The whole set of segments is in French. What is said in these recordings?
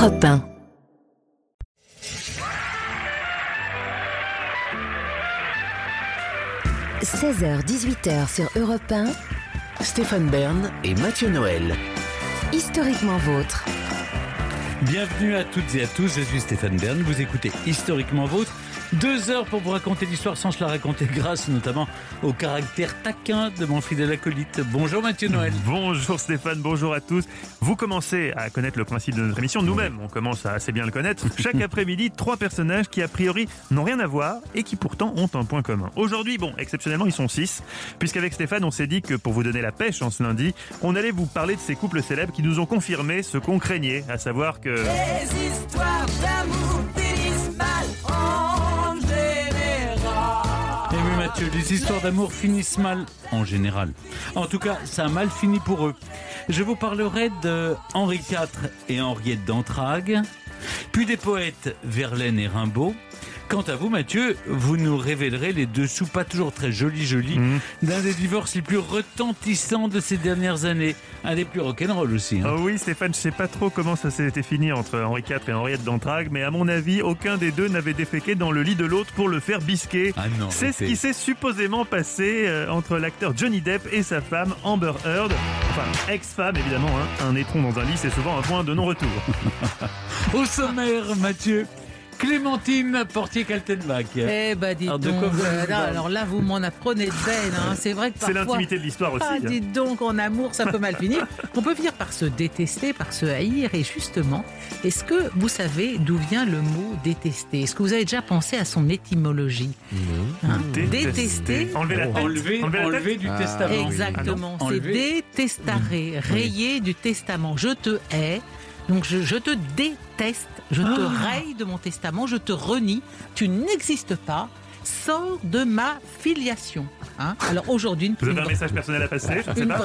Europe 1. « 16h-18h sur Europe 1. Stéphane Bern et Mathieu Noël. Historiquement vôtre. Bienvenue à toutes et à tous, je suis Stéphane Bern, vous écoutez Historiquement Vôtre. 2 heures pour vous raconter l'histoire sans se la raconter grâce notamment au caractère taquin de mon fidèle acolyte. Bonjour Mathieu Noël. Bonjour Stéphane, bonjour à tous. Vous commencez à connaître le principe de notre émission, nous-mêmes on commence à assez bien le connaître. Chaque après-midi, 3 personnages qui a priori n'ont rien à voir et qui pourtant ont un point commun. Aujourd'hui, exceptionnellement ils sont 6, puisqu'avec Stéphane on s'est dit que pour vous donner la pêche en ce lundi, on allait vous parler de ces couples célèbres qui nous ont confirmé ce qu'on craignait, à savoir que... Les histoires d'amour finissent mal en général. Et oui Mathieu, les histoires d'amour finissent mal en général. En tout cas, ça a mal fini pour eux. Je vous parlerai de Henri IV et Henriette d'Entragues, puis des poètes Verlaine et Rimbaud. Quant à vous Mathieu, vous nous révélerez les dessous pas toujours très jolis d'un des divorces les plus retentissants de ces dernières années. Un des plus rock'n'roll aussi. Oh oui Stéphane, je sais pas trop comment ça s'était fini entre Henri IV et Henriette d'Entragues, mais à mon avis, aucun des deux n'avait déféqué dans le lit de l'autre pour le faire bisquer. Ah non, c'est ce qui s'est supposément passé entre l'acteur Johnny Depp et sa femme Amber Heard. Enfin, ex-femme évidemment, un étron dans un lit, c'est souvent un point de non-retour. Au sommaire Mathieu, Clémentine Portier-Kaltenbach. Eh ben dites donc, alors là vous m'en apprenez de belles, c'est vrai que parfois... C'est l'intimité de l'histoire aussi. Dites donc, en amour ça peut mal finir. On peut finir par se détester, par se haïr, et justement, est-ce que vous savez d'où vient le mot détester ? Est-ce que vous avez déjà pensé à son étymologie ? Détester. Enlever la tête. Enlever du testament. Exactement, c'est Enlever. détestare, rayer du testament. Je te hais, donc je te déteste, je te raye de mon testament, je te renie, tu n'existes pas, sors de ma filiation. Alors aujourd'hui, vous avez un message personnel à passer, je ne sais pas.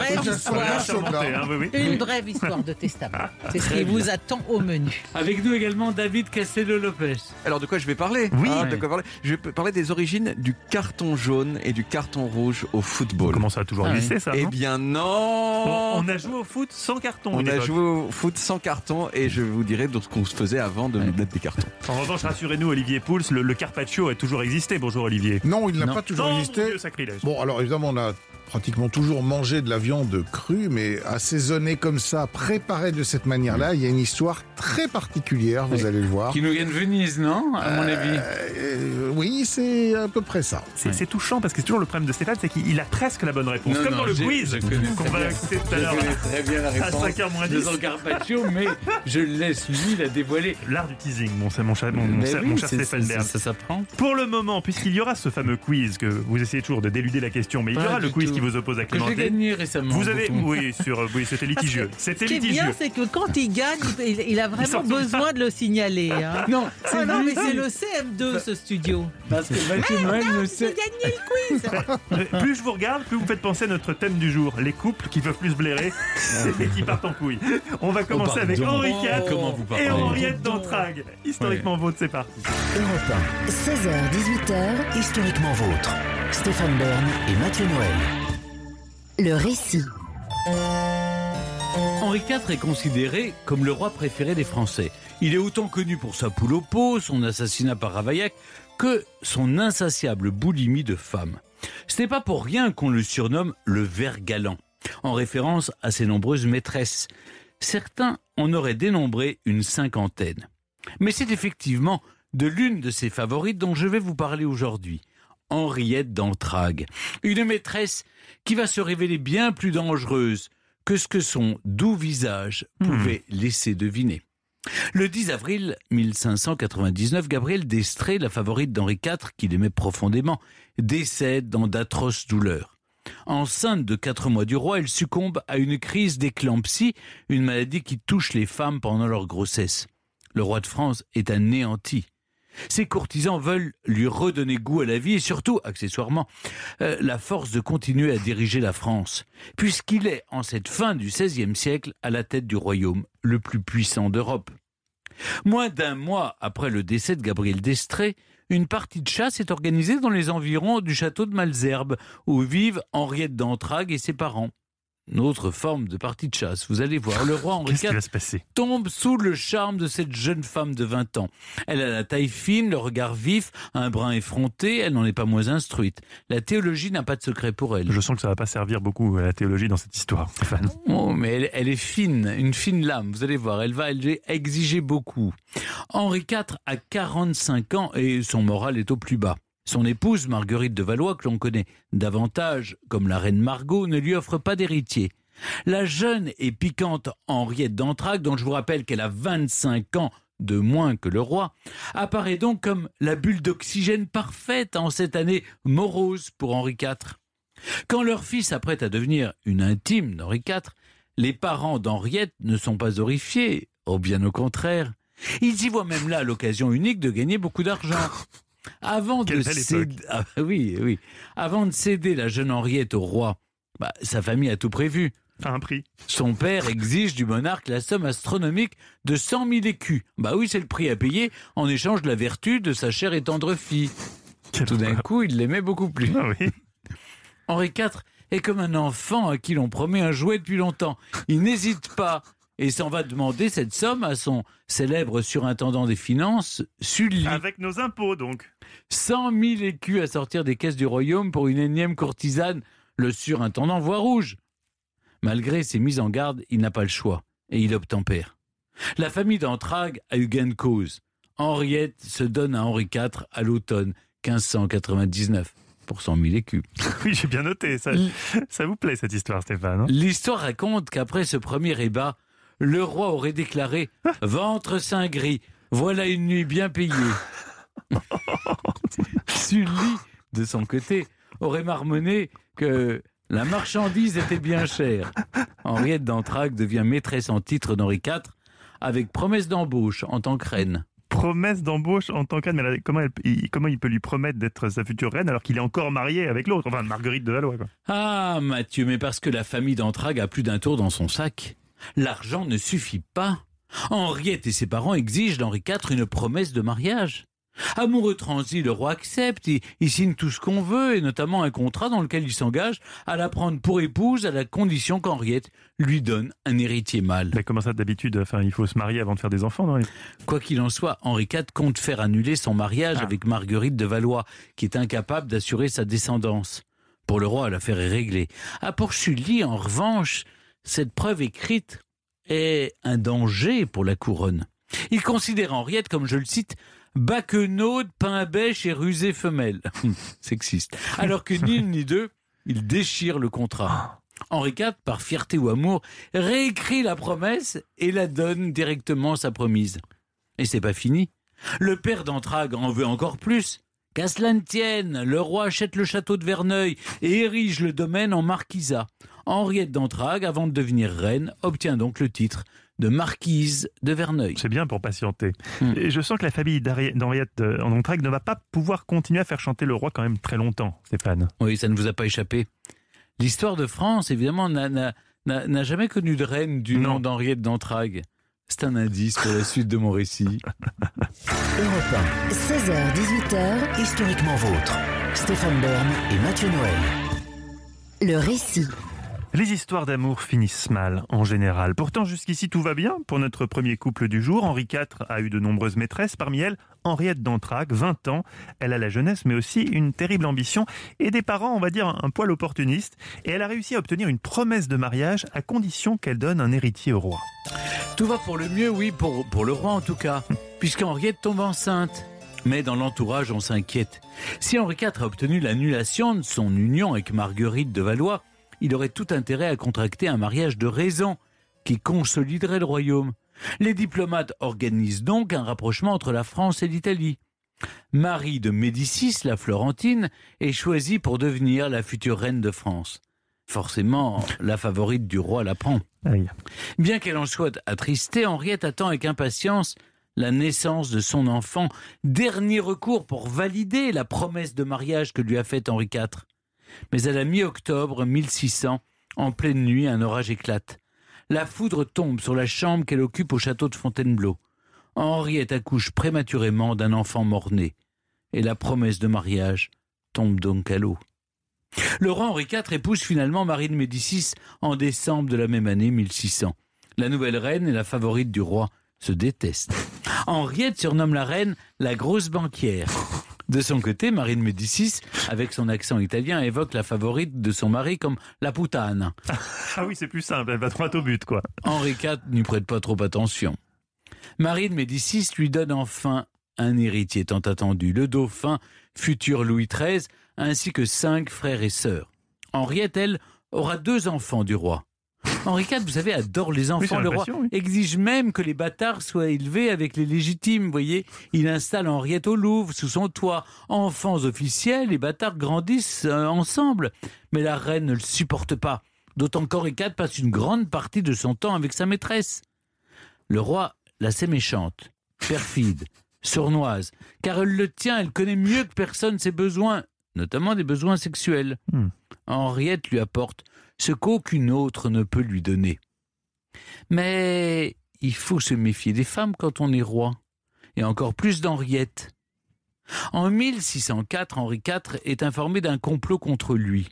Une brève histoire de testament. C'est ce qui vous attend au menu. Avec nous également David Castello-Lopez. Alors de quoi je vais parler ? Oui. De quoi parler ? Je vais parler des origines du carton jaune et du carton rouge au football. Comment ça a toujours existé ça ? Eh bien non. On a joué au foot sans carton. On a joué au foot sans carton et je vous dirai de ce qu'on se faisait avant de nous mettre des cartons. En revanche, rassurez-nous Olivier Pouls, le carpaccio a toujours existé. Bonjour Olivier. Non, il n'a pas toujours existé. Mon Dieu, sacrilège. Bon, alors évidemment, on a pratiquement toujours mangé de la viande crue, mais assaisonnée comme ça, préparée de cette manière-là, il y a une histoire très particulière, vous allez le voir. Qui nous vient de Venise, non ? À mon avis. Oui, c'est à peu près ça. C'est touchant parce que c'est toujours le problème de Stéphane, c'est qu'il a presque la bonne réponse. Comme dans le quiz qu'on va écouter tout à l'heure. Je connais très bien la réponse à 5h moins 10. de son carpaccio, mais je laisse lui la dévoiler. L'art du teasing, mon cher Stéphane Bern. Ça s'apprend. Pour le moment, puisqu'il y aura ce fameux quiz que vous essayez toujours de déluder la question, mais il y aura le quiz qui vous oppose à que j'ai Clémentine. gagné récemment. Vous avez, oui, c'était litigieux. C'était Ce qui est litigieux. bien, c'est que quand il gagne, il a vraiment besoin de le signaler. Non, mais c'est le CM2 ce studio. Parce que Mathieu Noël ne J'ai sait. gagné le quiz. Plus je vous regarde, plus vous me faites penser à notre thème du jour, les couples qui peuvent plus se blairer et qui partent en couille. On va commencer avec Henri Comment vous IV parlez ? et Henriette d'Entragues. Historiquement vôtre, c'est parti. Europe 1. 16h-18h. Historiquement vôtre. Stéphane Bern et Mathieu Noël. Le récit. Henri IV est considéré comme le roi préféré des Français. Il est autant connu pour sa poule au pot, son assassinat par Ravaillac, que son insatiable boulimie de femmes. Ce n'est pas pour rien qu'on le surnomme le ver galant, en référence à ses nombreuses maîtresses. Certains en auraient dénombré une 50aine. Mais c'est effectivement de l'une de ses favorites dont je vais vous parler aujourd'hui, Henriette d'Entragues, une maîtresse qui va se révéler bien plus dangereuse que ce que son doux visage pouvait laisser deviner. Le 10 avril 1599, Gabrielle d'Estrées, la favorite d'Henri IV, qu'il aimait profondément, décède dans d'atroces douleurs. Enceinte de 4 mois du roi, elle succombe à une crise d'éclampsie, une maladie qui touche les femmes pendant leur grossesse. Le roi de France est anéanti. Ses courtisans veulent lui redonner goût à la vie et surtout, accessoirement, la force de continuer à diriger la France, puisqu'il est, en cette fin du XVIe siècle, à la tête du royaume le plus puissant d'Europe. Moins d'un mois après le décès de Gabrielle d'Estrées, une partie de chasse est organisée dans les environs du château de Malesherbes, où vivent Henriette d'Entragues et ses parents. autre forme de partie de chasse. Vous allez voir, le roi Henri Qu'est-ce qui IV va se passer? tombe sous le charme de cette jeune femme de 20 ans. Elle a la taille fine, le regard vif, un brin effronté, elle n'en est pas moins instruite. La théologie n'a pas de secret pour elle. Je sens que ça va pas servir beaucoup à la théologie dans cette histoire, Stéphane. Oh, mais elle est fine, une fine lame, vous allez voir, elle va exiger beaucoup. Henri IV a 45 ans et son moral est au plus bas. Son épouse, Marguerite de Valois, que l'on connaît davantage comme la reine Margot, ne lui offre pas d'héritier. La jeune et piquante Henriette d'Entragues, dont je vous rappelle qu'elle a 25 ans de moins que le roi, apparaît donc comme la bulle d'oxygène parfaite en cette année morose pour Henri IV. Quand leur fille s'apprête à devenir une intime d'Henri IV, les parents d'Henriette ne sont pas horrifiés, bien au contraire. Ils y voient même là l'occasion unique de gagner beaucoup d'argent. Avant de céder la jeune Henriette au roi, sa famille a tout prévu. À un prix. Son père exige du monarque la somme astronomique de 100 000 écus. Oui, c'est le prix à payer en échange de la vertu de sa chère et tendre fille. Tout d'un coup, il l'aimait beaucoup plus. Ah oui. Henri IV est comme un enfant à qui l'on promet un jouet depuis longtemps. Il n'hésite pas et s'en va demander cette somme à son célèbre surintendant des finances, Sully. Avec nos impôts, donc. 100 000 écus à sortir des caisses du royaume pour une énième courtisane. Le surintendant voit rouge. Malgré ses mises en garde, il n'a pas le choix et il obtempère. La famille d'Entragues a eu gain de cause. Henriette se donne à Henri IV à l'automne 1599 pour 100 000 écus. Oui, j'ai bien noté. Ça vous plaît, cette histoire, Stéphane, hein? L'histoire raconte qu'après ce premier ébat, le roi aurait déclaré « Ventre saint gris, voilà une nuit bien payée ». Sully, de son côté, aurait marmonné que la marchandise était bien chère. Henriette d'Entragues devient maîtresse en titre d'Henri IV avec promesse d'embauche en tant que reine. Promesse d'embauche en tant que reine, mais comment il peut lui promettre d'être sa future reine alors qu'il est encore marié avec l'autre, enfin Marguerite de Valois, quoi. Ah Mathieu, mais parce que la famille d'Entragues a plus d'un tour dans son sac. L'argent ne suffit pas. Henriette et ses parents exigent d'Henri IV une promesse de mariage. Amoureux transi, le roi accepte, il signe tout ce qu'on veut, et notamment un contrat dans lequel il s'engage à la prendre pour épouse à la condition qu'Henriette lui donne un héritier mâle. Mais comment ça d'habitude? Il faut se marier avant de faire des enfants, non? Quoi qu'il en soit, Henri IV compte faire annuler son mariage avec Marguerite de Valois, qui est incapable d'assurer sa descendance. Pour le roi, l'affaire est réglée. Pour Sully, en revanche, cette preuve écrite est un danger pour la couronne. Il considère Henriette, comme je le cite, baquenaude, pain-bêche et rusée femelle. Sexiste. Alors que ni une ni deux, il déchire le contrat. Henri IV, par fierté ou amour, réécrit la promesse et la donne directement sa promise. Et c'est pas fini. Le père d'Entragues en veut encore plus. Qu'à cela ne tienne, le roi achète le château de Verneuil et érige le domaine en marquisat. Henriette d'Entragues, avant de devenir reine, obtient donc le titre de marquise de Verneuil. C'est bien pour patienter. Et je sens que la famille d'Henriette d'Entragues ne va pas pouvoir continuer à faire chanter le roi quand même très longtemps, Stéphane. Oui, ça ne vous a pas échappé. L'histoire de France, évidemment, n'a jamais connu de reine du nom d'Henriette d'Entragues. C'est un indice pour la suite de mon récit. Europe 1, 16h-18h, Historiquement vôtre. Stéphane Bern et Mathieu Noël. le récit. Les histoires d'amour finissent mal, en général. Pourtant, jusqu'ici, tout va bien pour notre premier couple du jour. Henri IV a eu de nombreuses maîtresses, parmi elles, Henriette d'Entragues, 20 ans. Elle a la jeunesse, mais aussi une terrible ambition et des parents, on va dire, un poil opportunistes. Et elle a réussi à obtenir une promesse de mariage à condition qu'elle donne un héritier au roi. Tout va pour le mieux, oui, pour le roi en tout cas, puisqu'Henriette tombe enceinte. Mais dans l'entourage, on s'inquiète. Si Henri IV a obtenu l'annulation de son union avec Marguerite de Valois, il aurait tout intérêt à contracter un mariage de raison qui consoliderait le royaume. Les diplomates organisent donc un rapprochement entre la France et l'Italie. Marie de Médicis, la Florentine, est choisie pour devenir la future reine de France. Forcément, la favorite du roi la prend. Aïe. Bien qu'elle en soit attristée, Henriette attend avec impatience la naissance de son enfant, dernier recours pour valider la promesse de mariage que lui a faite Henri IV. Mais à la mi-octobre 1600, en pleine nuit, un orage éclate. La foudre tombe sur la chambre qu'elle occupe au château de Fontainebleau. Henriette accouche prématurément d'un enfant mort-né. Et la promesse de mariage tombe donc à l'eau. Le roi Henri IV épouse finalement Marie de Médicis en décembre de la même année 1600. La nouvelle reine et la favorite du roi se détestent. Henriette surnomme la reine la grosse banquière. De son côté, Marie de Médicis, avec son accent italien, évoque la favorite de son mari comme la putana. Ah oui, c'est plus simple, elle va droit au but, quoi. Henri IV n'y prête pas trop attention. Marie de Médicis lui donne enfin un héritier tant attendu, le dauphin, futur Louis XIII, ainsi que 5 frères et sœurs. Henriette, elle, aura 2 enfants du roi. Henri IV, vous savez, adore les enfants. Oui, le roi oui. exige même que les bâtards soient élevés avec les légitimes. Vous voyez, il installe Henriette au Louvre, sous son toit. Enfants officiels, les bâtards grandissent ensemble. Mais la reine ne le supporte pas. D'autant qu'Henri IV passe une grande partie de son temps avec sa maîtresse. Le roi la sait méchante, perfide, sournoise, car elle le tient, elle connaît mieux que personne ses besoins, notamment des besoins sexuels. Henriette lui apporte ce qu'aucune autre ne peut lui donner. Mais il faut se méfier des femmes quand on est roi, et encore plus d'Henriette. En 1604, Henri IV est informé d'un complot contre lui,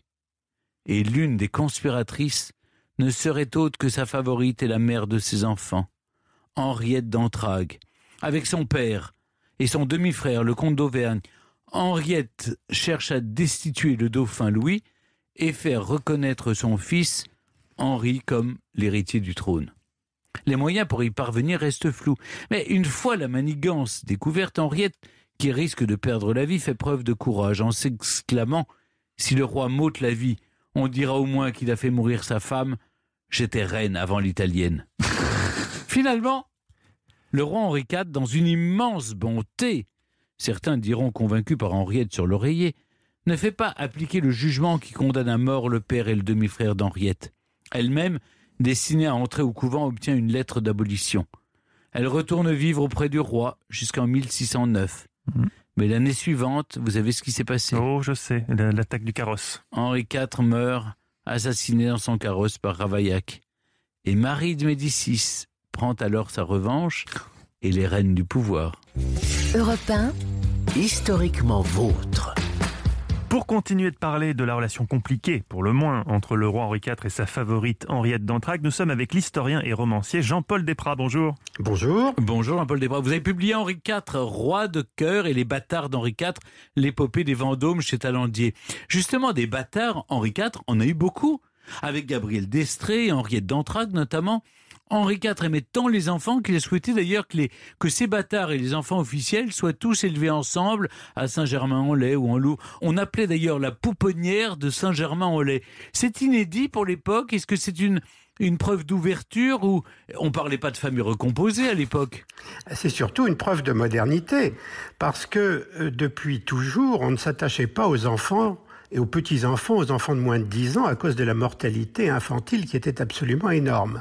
et l'une des conspiratrices ne serait autre que sa favorite et la mère de ses enfants, Henriette d'Entragues, avec son père et son demi-frère, le comte d'Auvergne. Henriette cherche à destituer le dauphin Louis et faire reconnaître son fils Henri comme l'héritier du trône. Les moyens pour y parvenir restent flous. Mais une fois la manigance découverte, Henriette, qui risque de perdre la vie, fait preuve de courage en s'exclamant « Si le roi m'ôte la vie, on dira au moins qu'il a fait mourir sa femme. J'étais reine avant l'italienne. » Finalement, le roi Henri IV, dans une immense bonté, certains diront convaincu par Henriette sur l'oreiller, ne fait pas appliquer le jugement qui condamne à mort le père et le demi-frère d'Henriette. Elle-même, destinée à entrer au couvent, obtient une lettre d'abolition. Elle retourne vivre auprès du roi jusqu'en 1609. Mais l'année suivante, vous savez ce qui s'est passé? Oh, je sais, l'attaque du carrosse. Henri IV meurt, assassiné dans son carrosse par Ravaillac. Et Marie de Médicis prend alors sa revanche et les rênes du pouvoir. Europe 1, Historiquement vôtre. Pour continuer de parler de la relation compliquée, pour le moins, entre le roi Henri IV et sa favorite Henriette d'Entragues, nous sommes avec l'historien et romancier Jean-Paul Desprats. Bonjour. Bonjour. Bonjour Jean-Paul Desprats. Vous avez publié Henri IV, roi de cœur et les bâtards d'Henri IV, l'épopée des Vendômes chez Talandier. Justement, des bâtards, Henri IV en a eu beaucoup, avec Gabriel d'Estrées et Henriette d'Entragues notamment. Henri IV aimait tant les enfants qu'il a souhaité d'ailleurs que ces bâtards et les enfants officiels soient tous élevés ensemble à Saint-Germain-en-Laye ou en Loup. On appelait d'ailleurs la pouponnière de Saint-Germain-en-Laye. C'est inédit pour l'époque. Est-ce que c'est une preuve d'ouverture ou on parlait pas de famille recomposée à l'époque? C'est surtout une preuve de modernité, parce que depuis toujours, on ne s'attachait pas aux enfants et aux petits-enfants, aux enfants de moins de 10 ans, à cause de la mortalité infantile qui était absolument énorme.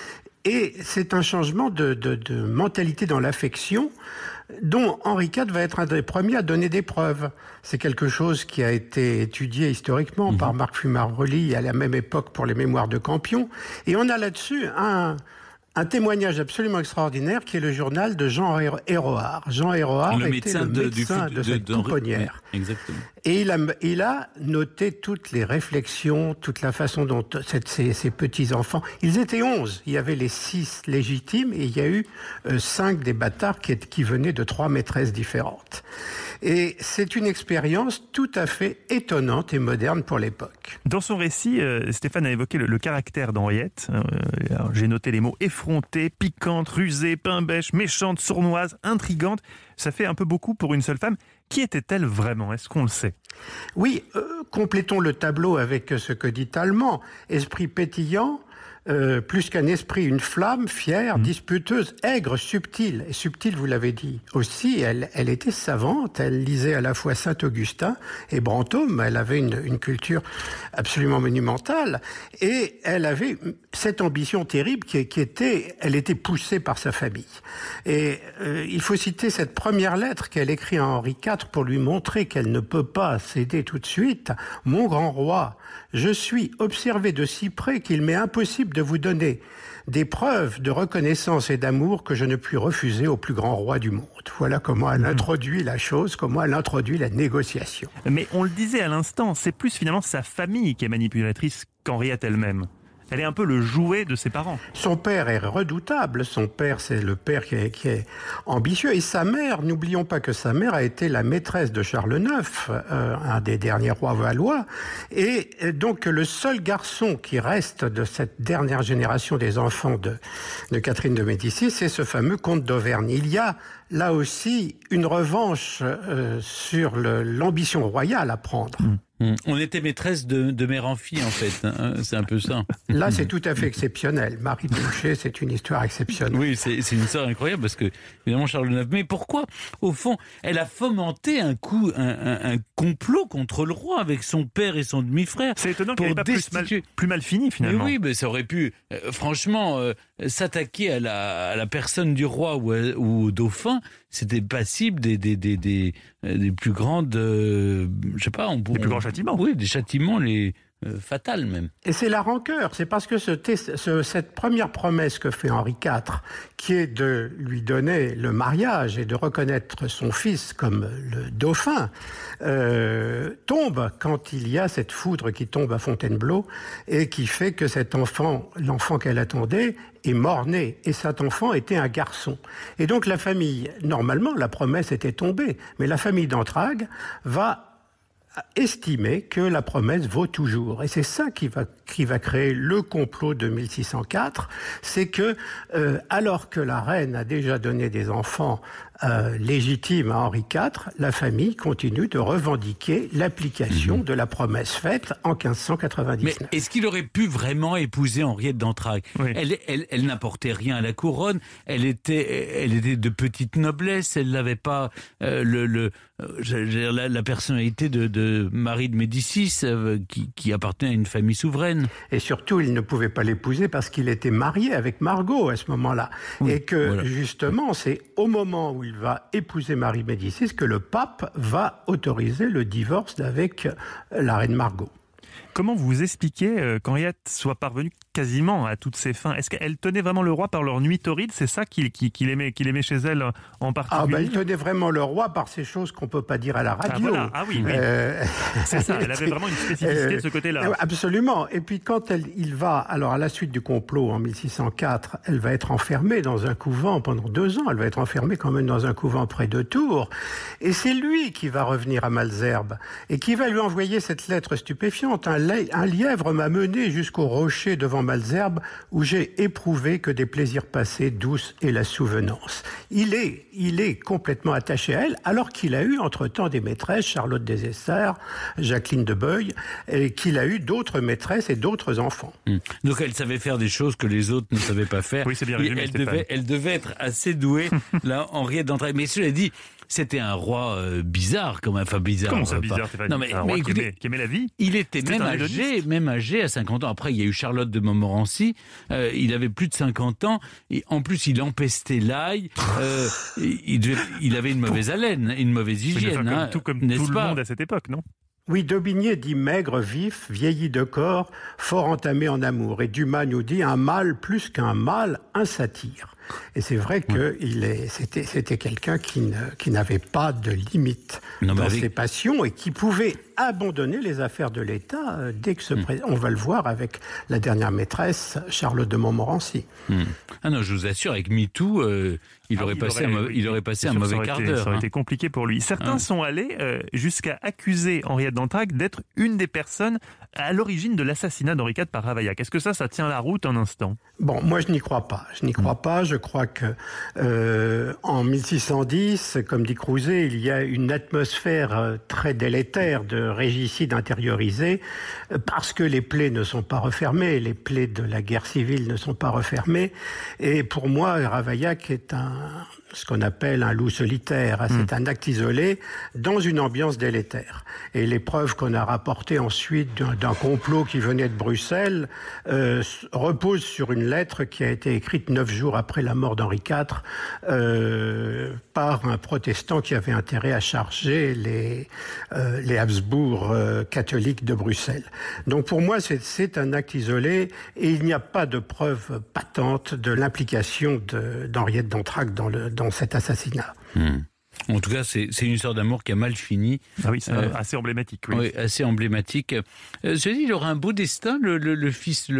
Et c'est un changement de mentalité dans l'affection dont Henri IV va être un des premiers à donner des preuves. C'est quelque chose qui a été étudié historiquement par Marc Fumaroli à la même époque pour les Mémoires de Campion. Et on a là-dessus un témoignage absolument extraordinaire qui est le journal de Jean Héroard. Jean Héroard était le médecin de cette pouponnière. Oui, exactement. Et il a noté toutes les réflexions, toute la façon dont ces petits-enfants... Ils étaient 11. Il y avait les 6 légitimes et il y a eu 5 des bâtards qui venaient de 3 maîtresses différentes. Et c'est une expérience tout à fait étonnante et moderne pour l'époque. Dans son récit, Stéphane a évoqué le caractère d'Henriette. J'ai noté les mots effrontée, piquante, rusée, pain-bêche, méchante, sournoise, intrigante. Ça fait un peu beaucoup pour une seule femme. Qui était-elle vraiment? Est-ce qu'on le sait? Oui, complétons le tableau avec ce que dit Tallemant. Esprit pétillant, plus qu'un esprit, une flamme, fière, disputeuse, aigre, subtile. Et subtile, vous l'avez dit. Aussi, elle était savante. Elle lisait à la fois Saint-Augustin et Brantôme. Elle avait une culture absolument monumentale. Et elle avait cette ambition terrible elle était poussée par sa famille. Et il faut citer cette première lettre qu'elle écrit à Henri IV pour lui montrer qu'elle ne peut pas céder tout de suite. Mon grand roi, je suis observé de si près qu'il m'est impossible de vous donner des preuves de reconnaissance et d'amour que je ne puis refuser au plus grand roi du monde. Voilà comment elle introduit la chose, comment elle introduit la négociation. Mais on le disait à l'instant, c'est plus finalement sa famille qui est manipulatrice qu'Henriette elle-même. Elle est un peu le jouet de ses parents. Son père est redoutable. Son père, c'est le père qui est ambitieux. Et sa mère, n'oublions pas que sa mère a été la maîtresse de Charles IX, un des derniers rois valois. Et donc, le seul garçon qui reste de cette dernière génération des enfants de Catherine de Médicis, c'est ce fameux comte d'Auvergne. Il y a là aussi une revanche sur l'ambition royale à prendre. On était maîtresse de mère en fille, en fait. Hein, c'est un peu ça. Là, c'est tout à fait exceptionnel. Marie Touchet, c'est une histoire exceptionnelle. Oui, c'est une histoire incroyable parce que, évidemment, Charles IX. Mais pourquoi, au fond, elle a fomenté un complot contre le roi avec son père et son demi-frère? C'est étonnant qu'elle n'ait pas plus mal fini, finalement. Mais oui, mais ça aurait pu, franchement, s'attaquer à la personne du roi ou au dauphin. C'était passible des plus grandes, je sais pas, des plus grands châtiments. Oui, des châtiments fatals même. Et c'est la rancœur, c'est parce que cette première promesse que fait Henri IV, qui est de lui donner le mariage et de reconnaître son fils comme le dauphin, tombe quand il y a cette foudre qui tombe à Fontainebleau et qui fait que cet enfant, l'enfant qu'elle attendait, est mort-né. Et cet enfant était un garçon. Et donc la famille, normalement la promesse était tombée, mais la famille d'Entragues va estimer que la promesse vaut toujours. Et c'est ça qui va créer le complot de 1604, c'est que, alors que la reine a déjà donné des enfants légitimes à Henri IV, la famille continue de revendiquer l'application de la promesse faite en 1599. Mais est-ce qu'il aurait pu vraiment épouser Henriette d'Entragues? Oui. Elle n'apportait rien à la couronne, elle était de petite noblesse, elle n'avait pas la personnalité de Marie de Médicis qui appartenait à une famille souveraine. Et surtout, il ne pouvait pas l'épouser parce qu'il était marié avec Margot à ce moment-là. Oui, et que, justement, c'est au moment où il va épouser Marie Médicis que le pape va autoriser le divorce avec la reine Margot. Comment vous expliquez qu'Henriette soit parvenue quasiment à toutes ses fins? Est-ce qu'elle tenait vraiment le roi par leur nuit torride? C'est ça qu'il aimait chez elle en particulier? Elle tenait vraiment le roi par ces choses qu'on ne peut pas dire à la radio. Ah oui. C'est ça, elle avait vraiment une spécificité de ce côté-là. Absolument. Et puis quand il va, alors à la suite du complot en 1604, elle va être enfermée dans un couvent pendant 2 ans. Elle va être enfermée quand même dans un couvent près de Tours. Et c'est lui qui va revenir à Malesherbes et qui va lui envoyer cette lettre stupéfiante. Un lièvre m'a mené jusqu'au rocher devant Malesherbes où j'ai éprouvé que des plaisirs passés douces et la souvenance. Il est complètement attaché à elle, alors qu'il a eu entre-temps des maîtresses, Charlotte des Essarts, Jacqueline de Beuil, et qu'il a eu d'autres maîtresses et d'autres enfants. Donc elle savait faire des choses que les autres ne savaient pas faire. Oui, c'est bien résumé, elle devait être assez douée, là, Henriette d'Entragues. Mais cela dit, c'était un roi bizarre, comme enfin bizarre. Comment ça bizarre? Non, mais écoutez, qui aimait la vie. Il était même âgé à 50 ans. Après, il y a eu Charlotte de Montmorency. Il avait plus de 50 ans. Et en plus, il empestait l'ail. Il avait une mauvaise haleine, une mauvaise hygiène. Comme tout le monde à cette époque, non? Oui, d'Aubigné dit maigre, vif, vieilli de corps, fort entamé en amour. Et Dumas nous dit un mâle plus qu'un mâle, un satyre. Et c'est vrai que c'était quelqu'un qui n'avait pas de limite dans ses passions et qui pouvait abandonner les affaires de l'État dès que on va le voir avec la dernière maîtresse, Charlotte de Montmorency. Ah non, je vous assure, avec MeToo, il aurait passé un mauvais quart d'heure. Ça aurait été compliqué pour lui. Certains sont allés jusqu'à accuser Henriette d'Entragues d'être une des personnes à l'origine de l'assassinat d'Henri IV par Ravaillac. Est-ce que ça tient la route un instant? Bon, moi je n'y crois pas. Je crois que en 1610, comme dit Crouzet, il y a une atmosphère très délétère de régicide intériorisé parce que les plaies ne sont pas refermées, les plaies de la guerre civile ne sont pas refermées. Et pour moi, Ravaillac est ce qu'on appelle un loup solitaire. C'est un acte isolé dans une ambiance délétère. Et les preuves qu'on a rapportées ensuite d'un complot qui venait de Bruxelles reposent sur une lettre qui a été écrite 9 jours après la mort d'Henri IV par un protestant qui avait intérêt à charger les Habsbourg catholiques de Bruxelles. Donc pour moi, c'est un acte isolé et il n'y a pas de preuve patente de l'implication d'Henriette d'Entragues dans cet assassinat. En tout cas, c'est une histoire d'amour qui a mal fini. Ah oui, c'est assez emblématique. Oui. Oui, assez emblématique. Je dis, il aura un beau destin, le fils,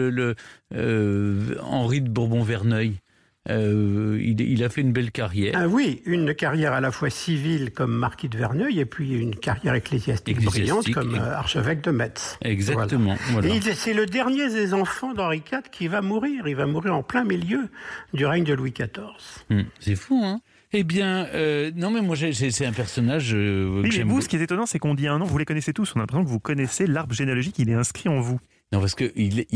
Henri de Bourbon-Verneuil. Il a fait une belle carrière. Ah oui, une carrière à la fois civile comme marquis de Verneuil et puis une carrière ecclésiastique brillante comme archevêque de Metz. Exactement. Voilà. Et c'est le dernier des enfants d'Henri IV qui va mourir. Il va mourir en plein milieu du règne de Louis XIV. C'est fou, hein? Eh bien, non mais moi c'est un personnage que mais j'aime vous, beaucoup. ce qui est étonnant, c'est qu'on dit un nom, vous les connaissez tous, on a l'impression que vous connaissez l'arbre généalogique, il est inscrit en vous. Non, parce que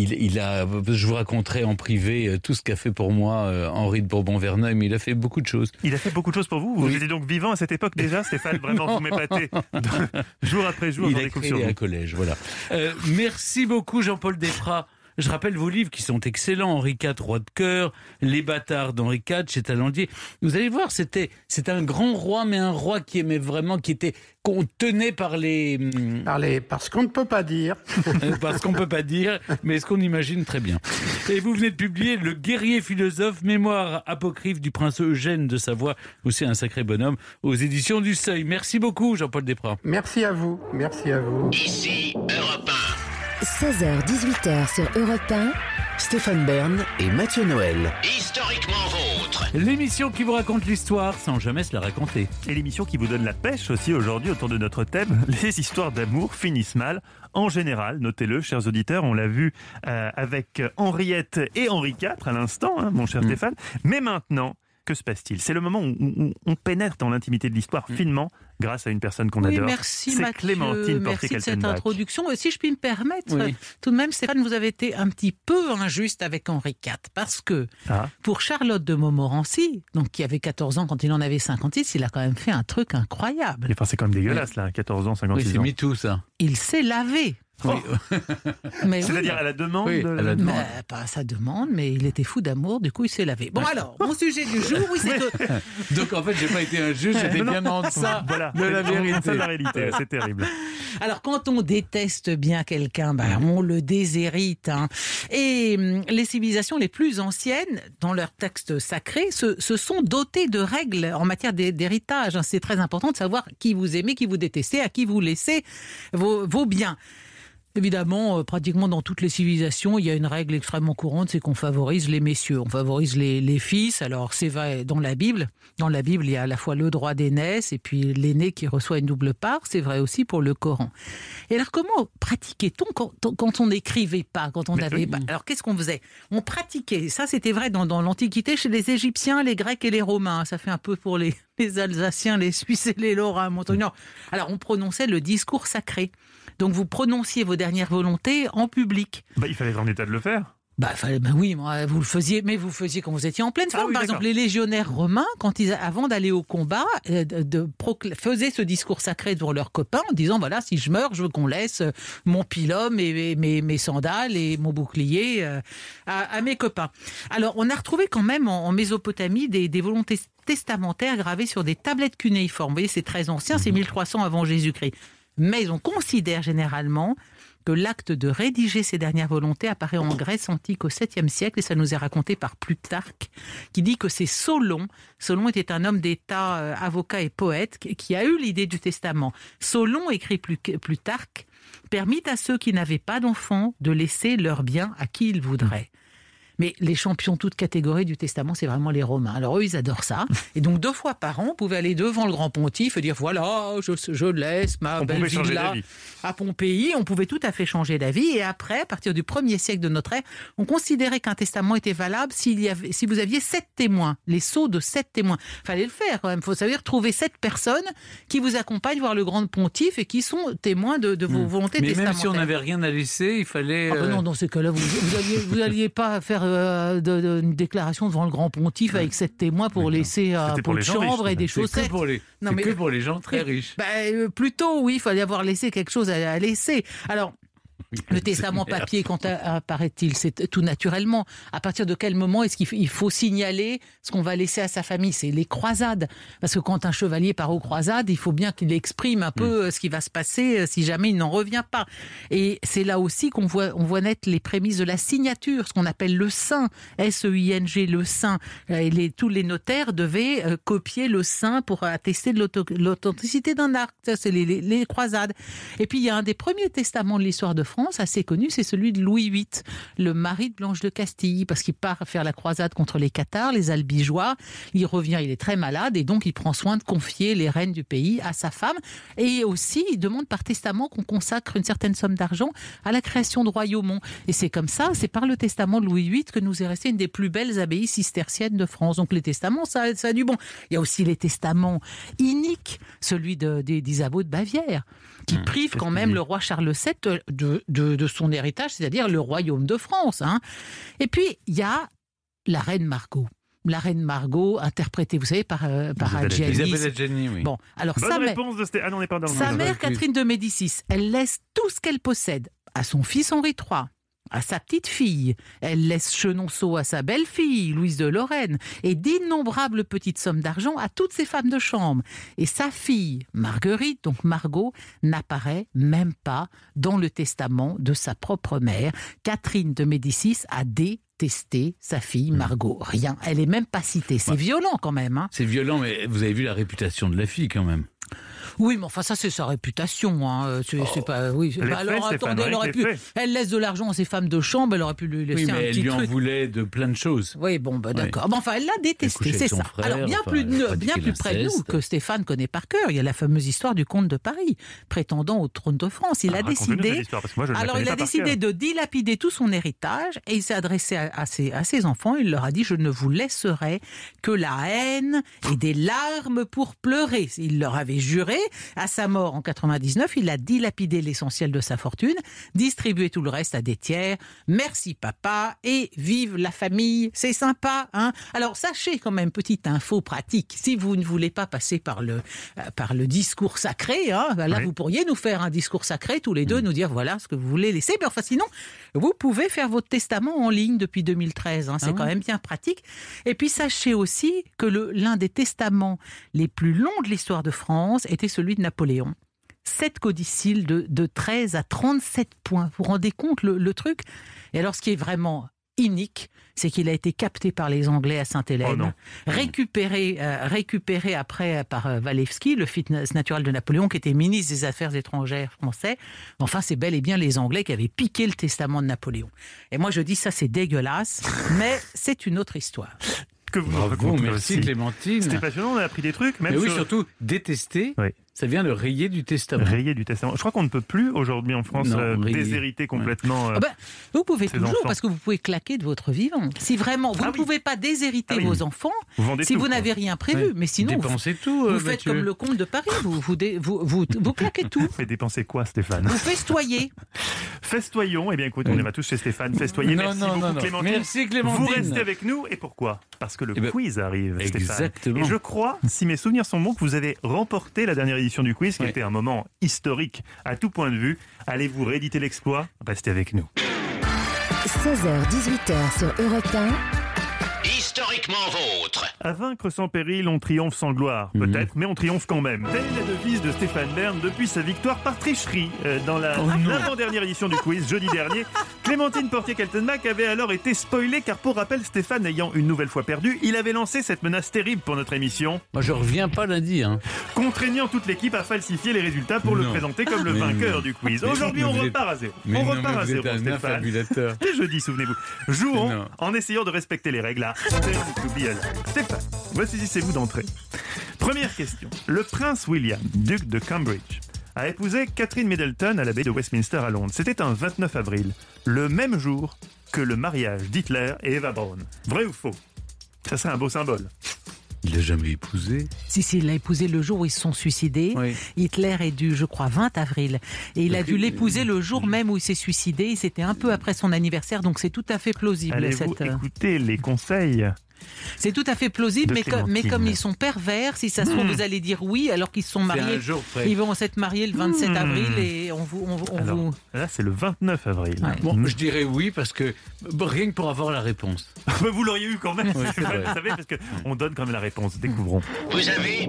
je vous raconterai en privé tout ce qu'a fait pour moi Henri de Bourbon-Verneuil, mais il a fait beaucoup de choses. Il a fait beaucoup de choses pour vous. Vous étiez donc vivant à cette époque déjà, Stéphane. Vraiment, vous m'épatez jour après jour. Il a créé un collège, voilà. Merci beaucoup, Jean-Paul Desprats. Je rappelle vos livres qui sont excellents. Henri IV, roi de cœur, Les bâtards d'Henri IV chez Talandier. Vous allez voir, c'était un grand roi, mais un roi qui aimait vraiment, qu'on tenait par ce qu'on ne peut pas dire. Parce qu'on ne peut pas dire, mais ce qu'on imagine très bien. Et vous venez de publier Le guerrier philosophe, mémoire apocryphe du prince Eugène de Savoie, aussi un sacré bonhomme, aux éditions du Seuil. Merci beaucoup, Jean-Paul Desprats. Merci à vous. Merci à vous. Ici Europe 1. 16h-18h sur Europe 1. Stéphane Bern et Mathieu Noël. Historiquement vôtre. L'émission qui vous raconte l'histoire sans jamais se la raconter. Et l'émission qui vous donne la pêche aussi aujourd'hui autour de notre thème, les histoires d'amour finissent mal. En général, notez-le, chers auditeurs, on l'a vu avec Henriette et Henri IV à l'instant, hein, mon cher Stéphane. Mais maintenant, que se passe-t-il? C'est le moment où on pénètre dans l'intimité de l'histoire finement grâce à une personne qu'on adore. Merci c'est Mathieu, Clémentine merci de cette Portier-Kaltenbach. introduction. Et si je puis me permettre, tout de même, Stéphane, vous avez été un petit peu injuste avec Henri IV, parce que pour Charlotte de Montmorency, donc qui avait 14 ans quand il en avait 56, il a quand même fait un truc incroyable. Enfin, c'est quand même dégueulasse, là, 14 ans, 56 ans. Oui, c'est MeToo, ça. Il s'est lavé. Oui. Mais c'est-à-dire à la demande à la demande. Pas à sa demande, mais il était fou d'amour, du coup il s'est lavé. Bon alors, mon sujet du jour, c'est que... Donc en fait, j'ai pas été un juge, j'étais bien en deçà de la vérité. C'est la réalité, c'est terrible. Alors quand on déteste bien quelqu'un, on le déshérite. Hein. Et les civilisations les plus anciennes, dans leurs textes sacrés, se sont dotées de règles en matière d'héritage. C'est très important de savoir qui vous aimez, qui vous détestez, à qui vous laissez vos biens. Évidemment, pratiquement dans toutes les civilisations, il y a une règle extrêmement courante, c'est qu'on favorise les messieurs, on favorise les fils. Alors c'est vrai dans la Bible. Dans la Bible, il y a à la fois le droit d'aînesse et puis l'aîné qui reçoit une double part. C'est vrai aussi pour le Coran. Et alors comment pratiquait-on quand on n'écrivait pas, quand on n'avait pas... Alors qu'est-ce qu'on faisait? On pratiquait. Ça, c'était vrai dans l'Antiquité chez les Égyptiens, les Grecs et les Romains. Ça fait un peu pour les Alsaciens, les Suisses et les Lorrains. Alors on prononçait le discours sacré. Donc vous prononciez vos dernières volontés en public. Il fallait être en état de le faire. Oui, vous le faisiez, mais vous le faisiez quand vous étiez en pleine forme. Par exemple, les légionnaires romains, avant d'aller au combat, faisaient ce discours sacré devant leurs copains en disant, voilà, si je meurs, je veux qu'on laisse mon pilum et mes sandales et mon bouclier à mes copains. Alors, on a retrouvé quand même en Mésopotamie des volontés testamentaires gravées sur des tablettes cunéiformes. Vous voyez, c'est très ancien, c'est 1300 avant Jésus-Christ. Mais on considère généralement que l'acte de rédiger ces dernières volontés apparaît en Grèce antique au 7e siècle, et ça nous est raconté par Plutarque, qui dit que c'est Solon. Solon était un homme d'État, avocat et poète, qui a eu l'idée du testament. Solon, écrit Plutarque, permit à ceux qui n'avaient pas d'enfants de laisser leurs biens à qui ils voudraient. Mais les champions toutes catégories du testament, c'est vraiment les Romains. Alors eux, ils adorent ça. Et donc 2 fois par an, on pouvait aller devant le grand pontife et dire, voilà, je laisse ma belle villa à Pompéi. On pouvait tout à fait changer d'avis. Et après, à partir du 1er siècle de notre ère, on considérait qu'un testament était valable si vous aviez 7 témoins, les sceaux de 7 témoins. Il fallait le faire quand même. Il faut savoir trouver 7 personnes qui vous accompagnent voir le grand pontife et qui sont témoins de vos volontés testamentaires. Mais même si on n'avait rien à laisser, il fallait... Non, dans ces cas-là, vous n'alliez pas faire une déclaration devant le grand pontife avec 7 témoins pour laisser un pot de chambre et des chaussettes. Que pour les gens très riches. Plutôt, oui, il fallait avoir laissé quelque chose à laisser. Alors, le testament papier, quand apparaît-il, c'est tout naturellement. À partir de quel moment est-ce qu'il faut signaler ce qu'on va laisser à sa famille? C'est les croisades. Parce que quand un chevalier part aux croisades, il faut bien qu'il exprime un peu ce qui va se passer si jamais il n'en revient pas. Et c'est là aussi qu'on voit naître les prémices de la signature, ce qu'on appelle le sein, S-E-I-N-G, le sein. Et tous les notaires devaient copier le sein pour attester de l'authenticité d'un acte. Ça, c'est les croisades. Et puis, il y a un des premiers testaments de l'histoire de France, assez connu, c'est celui de Louis VIII, le mari de Blanche de Castille, parce qu'il part faire la croisade contre les Cathares, les Albigeois. Il revient, il est très malade, et donc il prend soin de confier les rênes du pays à sa femme. Et aussi, il demande par testament qu'on consacre une certaine somme d'argent à la création de Royaumont. Et c'est comme ça, c'est par le testament de Louis VIII que nous est restée une des plus belles abbayes cisterciennes de France. Donc les testaments, ça a du bon. Il y a aussi les testaments iniques, celui d'Isabeau de Bavière, qui prive quand même le roi Charles VII de son héritage, c'est-à-dire le royaume de France. Et puis, il y a la reine Margot. La reine Margot, interprétée, vous savez, par Adjani. Isabelle Adjani, oui. Bon, alors Bonne réponse de Stéphane. Ah non, on n'est pas dans le sa mère, Catherine de Médicis, elle laisse tout ce qu'elle possède à son fils Henri III, à sa petite fille. Elle laisse Chenonceau à sa belle-fille, Louise de Lorraine, et d'innombrables petites sommes d'argent à toutes ses femmes de chambre. Et sa fille, Marguerite, donc Margot, n'apparaît même pas dans le testament de sa propre mère. Catherine de Médicis a détesté sa fille Margot. Rien. Elle n'est même pas citée. C'est violent quand même. C'est violent, mais vous avez vu la réputation de la fille quand même. Oui, mais enfin, ça, c'est sa réputation. C'est pas. Oui. Alors, attendez, elle laisse de l'argent à ses femmes de chambre, elle aurait pu lui laisser un petit truc. Elle lui en voulait de plein de choses. Oui, d'accord. Enfin, elle l'a détesté, c'est ça. Alors, bien plus près de nous, que Stéphane connaît par cœur, il y a la fameuse histoire du comte de Paris, prétendant au trône de France. Il a décidé. Il a décidé de dilapider tout son héritage et il s'est adressé à ses enfants. Il leur a dit: je ne vous laisserai que la haine et des larmes pour pleurer. Il leur avait juré. À sa mort en 99, il a dilapidé l'essentiel de sa fortune, distribué tout le reste à des tiers. Merci papa et vive la famille, c'est sympa. Alors sachez quand même, petite info pratique, si vous ne voulez pas passer par le discours sacré, vous pourriez nous faire un discours sacré tous les deux, nous dire voilà ce que vous voulez laisser. Mais enfin sinon, vous pouvez faire votre testament en ligne depuis 2013, c'est quand même bien pratique. Et puis sachez aussi que l'un des testaments les plus longs de l'histoire de France était celui de Napoléon. 7 codicilles de 13 à 37 points. Vous vous rendez compte le truc? Et alors, ce qui est vraiment inique, c'est qu'il a été capté par les Anglais à Sainte-Hélène, récupéré après par Walewski, le fils naturel de Napoléon, qui était ministre des Affaires étrangères français. Enfin, c'est bel et bien les Anglais qui avaient piqué le testament de Napoléon. Et moi, je dis ça, c'est dégueulasse, mais c'est une autre histoire. Bravo, merci Clémentine. C'était passionnant, on a appris des trucs. Mais oui, surtout, détester, ça vient de rayer du testament. Rayer du testament. Je crois qu'on ne peut plus aujourd'hui en France déshériter complètement. Vous pouvez toujours, enfants. Parce que vous pouvez claquer de votre vivant. Si vraiment, vous ne pouvez pas déshériter vos enfants, si vous n'avez rien prévu. Mais sinon, dépensez tout. Vous faites comme le comte de Paris, vous claquez tout. Mais dépensez quoi, Stéphane? Vous festoyez. Festoyons. Eh bien, écoute, on va tous chez Stéphane. Festoyer. Merci beaucoup, Clémentine. Merci, Clémentine. Vous restez avec nous. Et pourquoi? Parce que le quiz arrive, Stéphane. Exactement. Et je crois, si mes souvenirs sont bons, que vous avez remporté la dernière édition du quiz, qui était un moment historique à tout point de vue. Allez-vous rééditer l'exploit? Restez avec nous. 16h-18h sur Europe 1. Historiquement vôtre. À vaincre sans péril, on triomphe sans gloire. Peut-être, mais on triomphe quand même. Telle est la devise de Stéphane Bern depuis sa victoire par tricherie dans l'avant-dernière édition du quiz, jeudi dernier. Clémentine Portier-Kaltenbach avait alors été spoilée, car pour rappel, Stéphane ayant une nouvelle fois perdu, il avait lancé cette menace terrible pour notre émission. Moi, je reviens pas lundi. Contraignant toute l'équipe à falsifier les résultats pour le présenter comme le vainqueur du quiz. Aujourd'hui, on repart à zéro. Stéphane. Et jeudi, souvenez-vous. Jouons en essayant de respecter les règles. Stéphane, saisissez-vous d'entrée. Première question. Le prince William, duc de Cambridge, a épousé Catherine Middleton à l'abbaye de Westminster à Londres. C'était un 29 avril, le même jour que le mariage d'Hitler et Eva Braun. Vrai ou faux? Ça serait un beau symbole. Il l'a jamais épousée. Si, il l'a épousé le jour où ils se sont suicidés. Oui. Hitler est du, je crois, 20 avril. Et il a Donc, dû l'épouser le jour même où il s'est suicidé. Et c'était un peu après son anniversaire, donc c'est tout à fait plausible. Allez-vous écouter les conseils? C'est tout à fait plausible, De mais Clémentine. comme ils sont pervers, si ça se trouve, vous allez dire oui, alors qu'ils se sont C'est mariés. un jour près. Ils vont s'être mariés le 27 avril et on Alors, vous... là, c'est le 29 avril. Ouais. Bon, je dirais oui parce que rien que pour avoir la réponse. Vous l'auriez eu quand même, Oui, c'est vrai. vous savez, parce qu'on donne quand même la réponse. Découvrons. Vous avez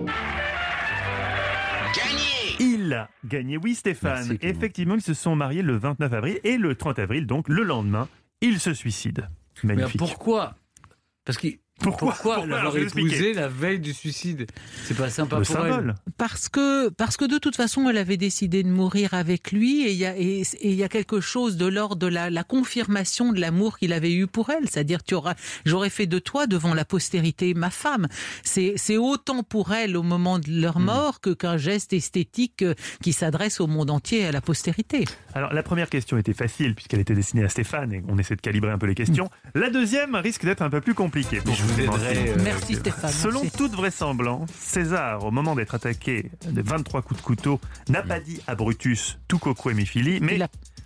gagné. Il a gagné, oui Stéphane. Merci, Clément. Effectivement, ils se sont mariés le 29 avril et le 30 avril, donc le lendemain, ils se suicident. Mais Magnifique. pourquoi? Parce que Pourquoi l'avoir Alors, je vais expliquer. épousée la veille du suicide? C'est pas sympa Le pour symbole. Parce que de toute façon, elle avait décidé de mourir avec lui et il y a quelque chose de l'ordre de la confirmation de l'amour qu'il avait eu pour elle. C'est-à-dire, j'aurais fait de toi devant la postérité ma femme. C'est autant pour elle au moment de leur mort qu'un geste esthétique qui s'adresse au monde entier, à la postérité. Alors, la première question était facile puisqu'elle était destinée à Stéphane et on essaie de calibrer un peu les questions. La deuxième risque d'être un peu plus compliquée. Pour Je vous aiderai. Merci Stéphane. Selon merci. toute vraisemblance, César, au moment d'être attaqué de 23 coups de couteau, n'a pas dit à Brutus tout coco hémiphilie, mais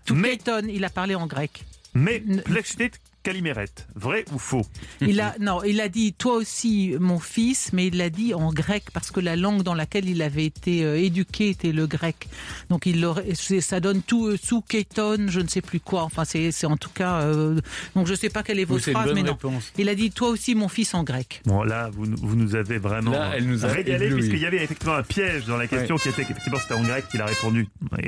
Il a parlé en grec. plextet calimeret. Vrai ou faux? Il a dit toi aussi mon fils, mais il l'a dit en grec parce que la langue dans laquelle il avait été éduqué était le grec. Donc ça donne tout sous kéton, je ne sais plus quoi. Enfin c'est en tout cas. Donc je ne sais pas quelle est votre C'est une phrase, bonne mais non. réponse. Il a dit toi aussi mon fils en grec. Bon, là, vous nous avez vraiment Là, elle nous a régalé, ébloui. puisqu'il y avait effectivement un piège dans la question qui était qu'effectivement c'était en grec qu'il a répondu.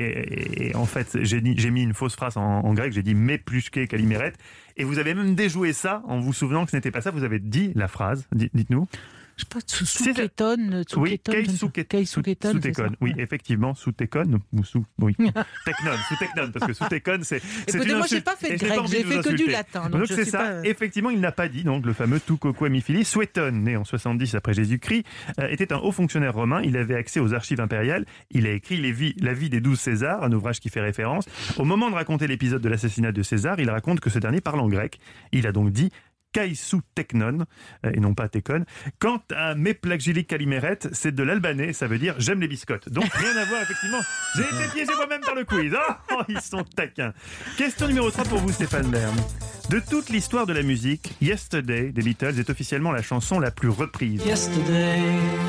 Et en fait, j'ai mis une fausse phrase en grec, j'ai dit mais plushke calimeret. Et vous avez même déjoué ça en vous souvenant que ce n'était pas ça. Vous avez dit la phrase. Dites-nous. Je sais pas, sous kéton. Oui, sous-técon. Oui, effectivement, sous-técon ou sous. Oui. Technon, sous-technon, parce que sous-técon, c'est. Écoutez, moi, j'ai pas fait de grec, j'ai fait que du latin. Donc je c'est sais ça. pas... Effectivement, il n'a pas dit donc le fameux tout coco hémiphilie. Suétone, né en 70 après Jésus-Christ, était un haut fonctionnaire romain. Il avait accès aux archives impériales. Il a écrit La vie des 12 Césars, un ouvrage qui fait référence. Au moment de raconter l'épisode de l'assassinat de César, il raconte que ce dernier parle en grec. Il a donc dit Kaisou Teknon, et non pas Tekon. Quant à Meplagili Kalimeret, c'est de l'albanais, ça veut dire j'aime les biscottes. Donc rien à voir, effectivement. J'ai été piégé moi-même par le quiz. Oh, ils sont taquins. Question numéro 3 pour vous, Stéphane Bern. De toute l'histoire de la musique, Yesterday des Beatles est officiellement la chanson la plus reprise. Yesterday,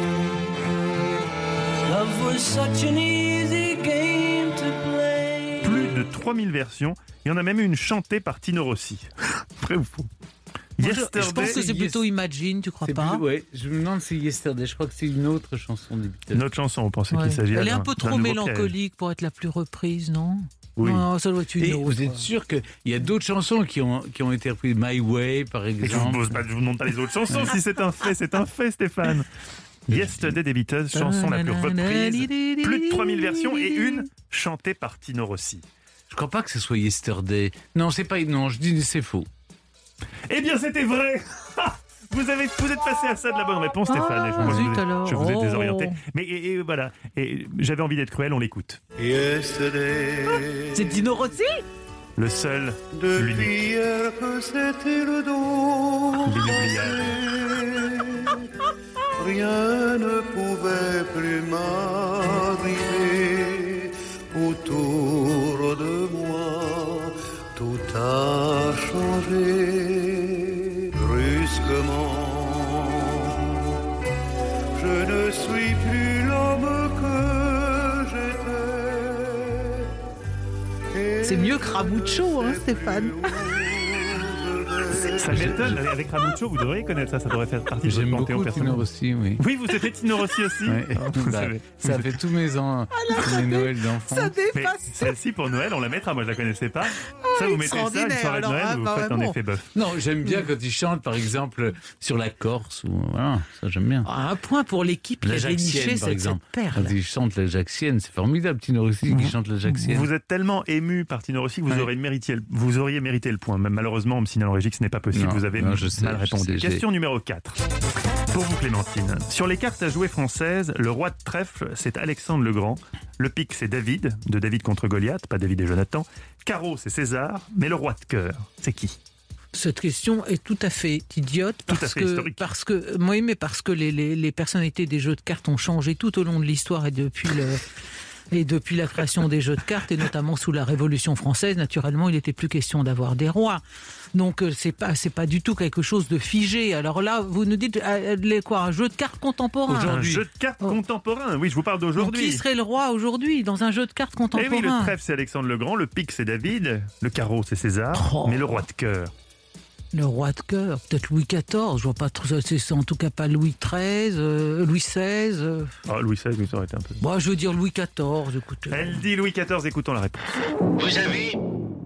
love was such an easy game to play. Plus de 3000 versions. Il y en a même une chantée par Tino Rossi. Vrai ou faux? Je pense que c'est plutôt Imagine, tu crois pas? Oui, je me demande si Yesterday, je crois que c'est une autre chanson des Beatles. Notre chanson, vous pensez qu'il s'agit Elle est d'un un peu trop nouveau mélancolique pour être la plus reprise, non? Oui. Non, ça doit être une Et autre. vous êtes sûr qu'il y a d'autres chansons qui ont été reprises? My Way, par piège. exemple. Je vous demande pas les autres chansons. Si c'est un fait, Stéphane. Yesterday des Beatles, chanson la plus reprise. Plus de 3000 versions et une chantée par Tino Rossi. Je crois pas que ce soit Yesterday. Non, c'est pas. Non, je dis c'est faux. Eh bien, c'était vrai. Vous êtes passé à ça de la bonne réponse, Stéphane. Et je vous ai désorienté. Mais et voilà. Et j'avais envie d'être cruel, on l'écoute. C'est Tino Rossi? Le seul, l'unique. L'inoubliable. Rien ne pouvait plus m'arriver autour de moi. Tout a changé brusquement. Je ne suis plus l'homme que j'étais. C'est mieux que Ramucho, hein, Stéphane? Ça m'étonne, avec Ramucho, vous devriez connaître ça, ça devrait faire partie de votre J'aime panthéon beaucoup personnel. Tino Rossi, oui. Oui, vous aimez Tino Rossi aussi. Ouais. Vous Bah, savez. ça fait tous mes ans, mes Noëls d'enfants. Ça Mais dépasse. celle-ci pour Noël, on la mettra, moi je la connaissais pas. Ça, vous mettez ça, une extraordinaire, soirée de alors, Noël, vous faites un vraiment. effet bœuf. Non, j'aime bien quand ils chantent, par exemple, sur la Corse. Ou, voilà, ça j'aime bien. Un point pour l'équipe qui a déniché L'Ajaxienne, par cette exemple. perle. Quand ils chantent l'Ajaxienne, c'est formidable. Tino Rossi qui chante l'Ajaxienne. Vous êtes tellement ému par Tino Rossi que vous auriez mérité le point. Même malheureusement, on me signale en régie que ce n'est pas possible. Non, vous avez non, je sais, mal répondu. je sais, Question numéro 4. Pour vous, Clémentine. Sur les cartes à jouer françaises, le roi de trèfle, c'est Alexandre le Grand. Le pique, c'est David, de David contre Goliath, pas David et Jonathan. Carreau, c'est César. Mais le roi de cœur, c'est qui? Cette question est tout à fait idiote parce que les personnalités des jeux de cartes ont changé tout au long de l'histoire et depuis la création des jeux de cartes, et notamment sous la Révolution française, naturellement, il n'était plus question d'avoir des rois. Donc, c'est pas du tout quelque chose de figé. Alors là, vous nous dites, un jeu de cartes contemporain. Un jeu de cartes contemporain, oui, je vous parle d'aujourd'hui. Donc, qui serait le roi aujourd'hui, dans un jeu de cartes contemporain? Eh oui, le trèfle, c'est Alexandre le Grand, le pique, c'est David, le carreau, c'est César, mais le roi de cœur. Le roi de cœur, peut-être Louis XIV, je vois pas trop, c'est en tout cas pas Louis XIII, Louis XVI. Ah, Louis XVI, oui, ça aurait été un peu. Moi, je veux dire Louis XIV, écoutez. Elle dit Louis XIV, écoutons la réponse. Vous avez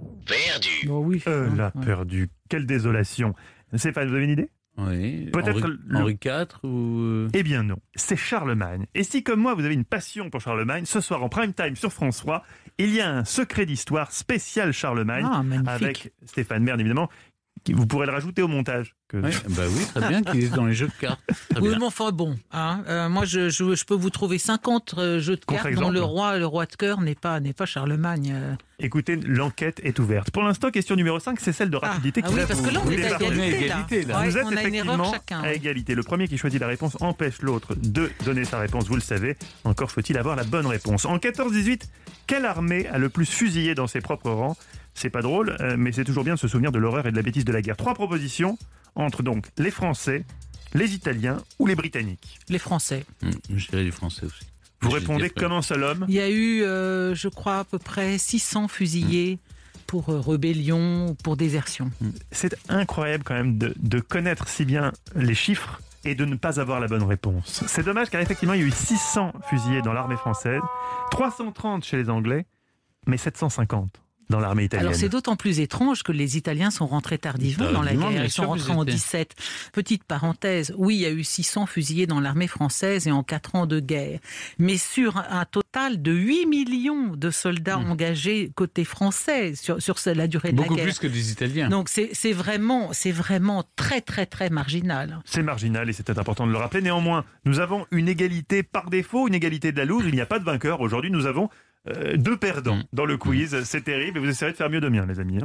perdu. Oh oui. Elle a perdu. Quelle désolation. Stéphane, vous avez une idée? Oui. Peut-être Henri IV ou... Eh bien non, c'est Charlemagne. Et si comme moi vous avez une passion pour Charlemagne, ce soir en prime time sur France 3, il y a un secret d'histoire spécial Charlemagne avec Stéphane Bern évidemment. Vous pourrez le rajouter au montage. Oui, très bien, qu'il est dans les jeux de cartes. Oui, mais enfin bon, moi je peux vous trouver 50 jeux de cartes dont le roi de cœur n'est pas Charlemagne. Écoutez, l'enquête est ouverte. Pour l'instant, question numéro 5, c'est celle de rapidité qui va parce que là on est à égalité. Là. Vous êtes on a une erreur effectivement chacun. à égalité. Le premier qui choisit la réponse empêche l'autre de donner sa réponse, vous le savez. Encore faut-il avoir la bonne réponse. En 14-18, quelle armée a le plus fusillé dans ses propres rangs? C'est pas drôle, mais c'est toujours bien de se souvenir de l'horreur et de la bêtise de la guerre. 3 propositions entre donc les Français, les Italiens ou les Britanniques. Les Français. Je dirais les Français aussi. Vous répondez comme un seul homme. Il y a eu, je crois, à peu près 600 fusillés pour rébellion ou pour désertion. C'est incroyable quand même de connaître si bien les chiffres et de ne pas avoir la bonne réponse. C'est dommage car effectivement il y a eu 600 fusillés dans l'armée française, 330 chez les Anglais, mais 750 dans l'armée italienne. Alors c'est d'autant plus étrange que les Italiens sont rentrés tardivement dans la guerre. Ils sont rentrés en 17. Petite parenthèse, oui, il y a eu 600 fusillés dans l'armée française et en 4 ans de guerre. Mais sur un total de 8 millions de soldats engagés côté français sur la durée de la guerre. Beaucoup plus que des Italiens. Donc c'est vraiment très très très marginal. C'est marginal et c'était important de le rappeler. Néanmoins, nous avons une égalité par défaut, une égalité de la loose. Il n'y a pas de vainqueur. Aujourd'hui, nous avons 2 perdants dans le quiz, c'est terrible et vous essayerez de faire mieux de mien les amis.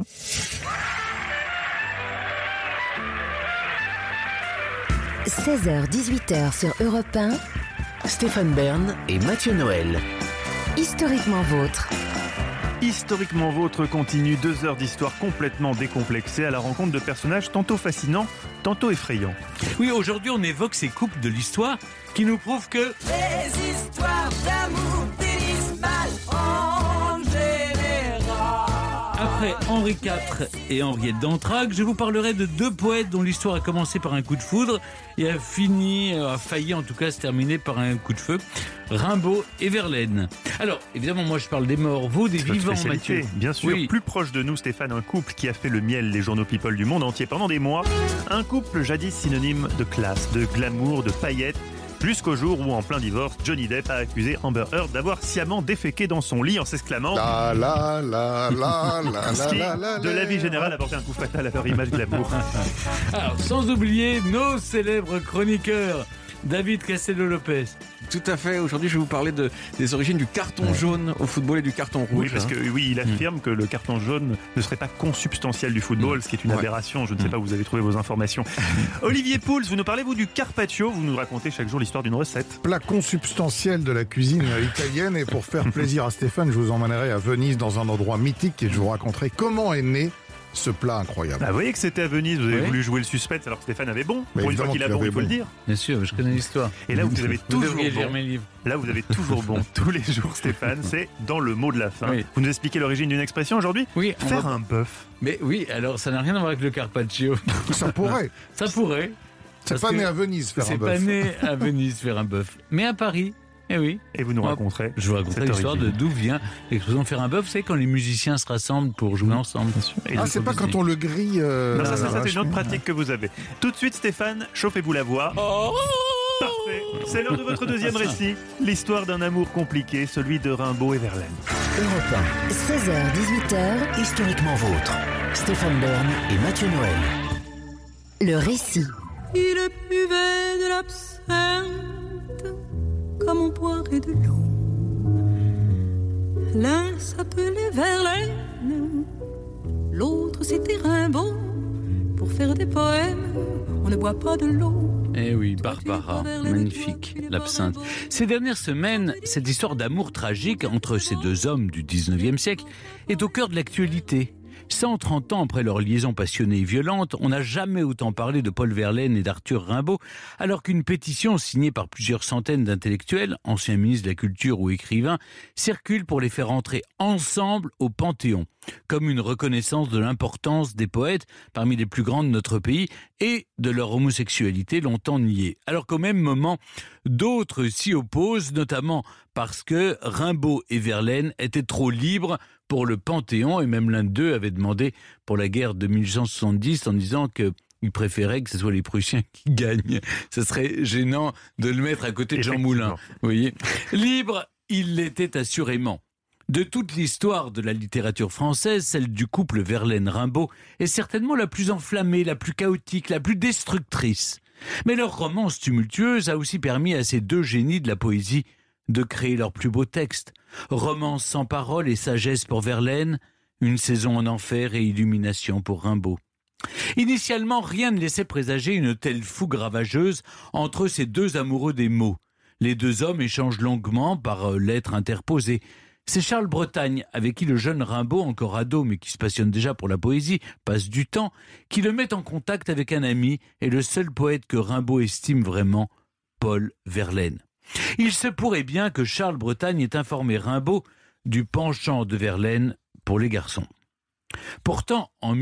16h-18h sur Europe 1. Stéphane Bern et Mathieu Noël. Historiquement vôtre. Historiquement vôtre continue 2 heures d'histoire complètement décomplexée à la rencontre de personnages tantôt fascinants, tantôt effrayants. Oui, aujourd'hui on évoque ces couples de l'histoire qui nous prouvent que... Les histoires d'amour finissent mal en général. Après Henri IV et Henriette d'Entragues, je vous parlerai de 2 poètes dont l'histoire a commencé par un coup de foudre et a failli en tout cas se terminer par un coup de feu. Rimbaud et Verlaine. Alors, évidemment, moi je parle des morts, vous des vivants, Mathieu. Bien sûr, plus proche de nous, Stéphane, un couple qui a fait le miel des journaux People du monde entier pendant des mois. Un couple jadis synonyme de classe, de glamour, de paillettes. Jusqu'au jour où, en plein divorce, Johnny Depp a accusé Amber Heard d'avoir sciemment déféqué dans son lit en s'exclamant ce qui, de la vie générale, a porté un coup fatal à leur image glamour. Alors, sans oublier nos célèbres chroniqueurs, David Castello-Lopez. Tout à fait. Aujourd'hui, je vais vous parler des origines du carton jaune au football et du carton rouge. Oui, parce que il affirme que le carton jaune ne serait pas consubstantiel du football, ce qui est une aberration. Je ne sais pas où vous avez trouvé vos informations. Olivier Pouls, vous nous parlez, vous, du carpaccio. Vous nous racontez chaque jour l'histoire d'une recette. Plat consubstantiel de la cuisine italienne. Et pour faire plaisir à Stéphane, je vous emmènerai à Venise dans un endroit mythique et je vous raconterai comment est né ce plat incroyable. Vous voyez que c'était à Venise, vous avez voulu jouer le suspense alors que Stéphane avait bon. Mais pour une fois qu'il a bon, il faut le dire. Bien sûr, je connais l'histoire. Et là où vous avez toujours lire mes livres. Là vous avez toujours bon tous les jours, Stéphane, c'est dans le mot de la fin. Oui. Vous nous expliquez l'origine d'une expression aujourd'hui. Oui, faire un bœuf. Mais oui, alors ça n'a rien à voir avec le carpaccio. Ça pourrait. Ça pourrait. C'est pas né à Venise faire un bœuf. C'est pas né à Venise faire un bœuf. Mais à Paris. Eh oui. Et vous nous raconterez. Je vous raconterai l'histoire de d'où vient l'expression faire un bœuf. C'est quand les musiciens se rassemblent pour jouer ensemble. Et c'est pas quand on le grille. Non, ça c'est une autre pratique que vous avez. Tout de suite, Stéphane, chauffez-vous la voix. Parfait. C'est l'heure de votre deuxième récit. L'histoire d'un amour compliqué, celui de Rimbaud et Verlaine. Europe 1. 16h-18h. Historiquement vôtre. Stéphane Bern et Mathieu Noël. Le récit. Il buvait de l'absinthe comme on boirait de l'eau. L'un s'appelait Verlaine, l'autre c'était Rimbaud. Pour faire des poèmes, on ne boit pas de l'eau. Eh oui, Barbara, magnifique, l'absinthe. Ces dernières semaines, cette histoire d'amour tragique entre ces deux hommes du 19e siècle est au cœur de l'actualité. 130 ans après leur liaison passionnée et violente, on n'a jamais autant parlé de Paul Verlaine et d'Arthur Rimbaud, alors qu'une pétition signée par plusieurs centaines d'intellectuels, anciens ministres de la Culture ou écrivains, circule pour les faire entrer ensemble au Panthéon, comme une reconnaissance de l'importance des poètes parmi les plus grands de notre pays et de leur homosexualité longtemps niée. Alors qu'au même moment, d'autres s'y opposent, notamment parce que Rimbaud et Verlaine étaient trop libres pour le Panthéon, et même l'un d'eux avait demandé pour la guerre de 1870 en disant qu'il préférait que ce soit les Prussiens qui gagnent. Ce serait gênant de le mettre à côté de Jean Moulin. Vous voyez. Libre, il l'était assurément. De toute l'histoire de la littérature française, celle du couple Verlaine-Rimbaud est certainement la plus enflammée, la plus chaotique, la plus destructrice. Mais leur romance tumultueuse a aussi permis à ces deux génies de la poésie de créer leurs plus beaux textes. Romance sans parole et sagesse pour Verlaine, Une saison en enfer et Illumination pour Rimbaud. Initialement, rien ne laissait présager une telle fougue ravageuse entre ces deux amoureux des mots. Les deux hommes échangent longuement par lettres interposées. C'est Charles Bretagne, avec qui le jeune Rimbaud, encore ado mais qui se passionne déjà pour la poésie, passe du temps, qui le met en contact avec un ami et le seul poète que Rimbaud estime vraiment, Paul Verlaine. Il se pourrait bien que Charles Bretagne ait informé Rimbaud du penchant de Verlaine pour les garçons. Pourtant, en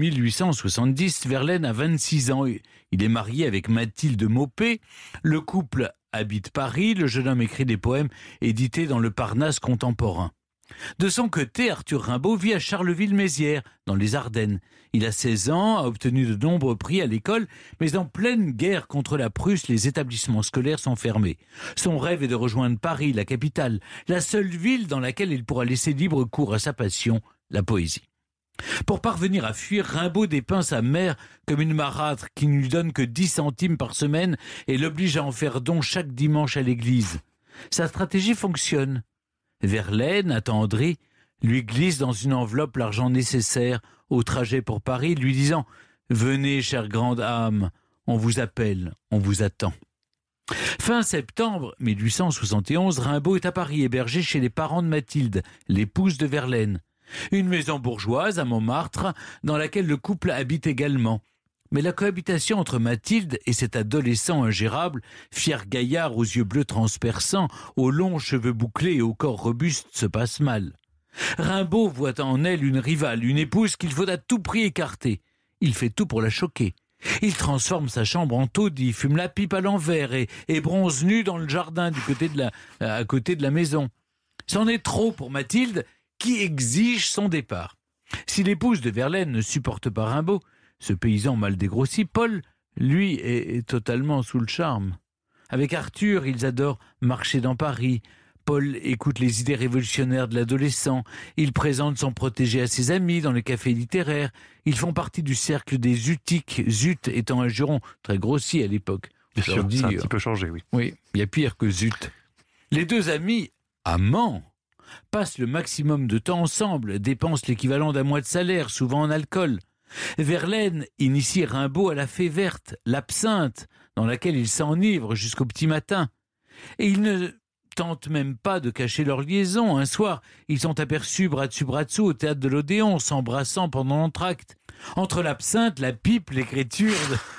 1870, Verlaine a 26 ans. Il est marié avec Mathilde Maupé. Le couple habite Paris. Le jeune homme écrit des poèmes édités dans le Parnasse contemporain. De son côté, Arthur Rimbaud vit à Charleville-Mézières, dans les Ardennes. Il a 16 ans, a obtenu de nombreux prix à l'école, mais en pleine guerre contre la Prusse, les établissements scolaires sont fermés. Son rêve est de rejoindre Paris, la capitale, la seule ville dans laquelle il pourra laisser libre cours à sa passion, la poésie. Pour parvenir à fuir, Rimbaud dépeint sa mère comme une marâtre qui ne lui donne que 10 centimes par semaine et l'oblige à en faire don chaque dimanche à l'église. Sa stratégie fonctionne. Verlaine, attendri, lui glisse dans une enveloppe l'argent nécessaire au trajet pour Paris, lui disant « Venez, chère grande âme, on vous appelle, on vous attend ». Fin septembre 1871, Rimbaud est à Paris, hébergé chez les parents de Mathilde, l'épouse de Verlaine. Une maison bourgeoise à Montmartre, dans laquelle le couple habite également. Mais la cohabitation entre Mathilde et cet adolescent ingérable, fier gaillard aux yeux bleus transperçants, aux longs cheveux bouclés et au corps robuste, se passe mal. Rimbaud voit en elle une rivale, une épouse qu'il faut à tout prix écarter. Il fait tout pour la choquer. Il transforme sa chambre en taudis, fume la pipe à l'envers et bronze nu dans le jardin à côté de la maison. C'en est trop pour Mathilde, qui exige son départ. Si l'épouse de Verlaine ne supporte pas Rimbaud, ce paysan mal dégrossi, Paul, lui, est totalement sous le charme. Avec Arthur, ils adorent marcher dans Paris. Paul écoute les idées révolutionnaires de l'adolescent. Il présente son protégé à ses amis dans les cafés littéraires. Ils font partie du cercle des Utiques, Zut étant un juron très grossier à l'époque. Bien sûr, ça a un petit peu changé, oui. Oui, il y a pire que Zut. Les deux amis, amants, passent le maximum de temps ensemble, dépensent l'équivalent d'un mois de salaire, souvent en alcool. Verlaine initie Rimbaud à la fée verte, l'absinthe, dans laquelle il s'enivre jusqu'au petit matin. Et ils ne tentent même pas de cacher leur liaison. Un soir, ils sont aperçus bras dessus bras dessous au théâtre de l'Odéon, s'embrassant pendant l'entracte. Entre l'absinthe, la pipe, l'écriture...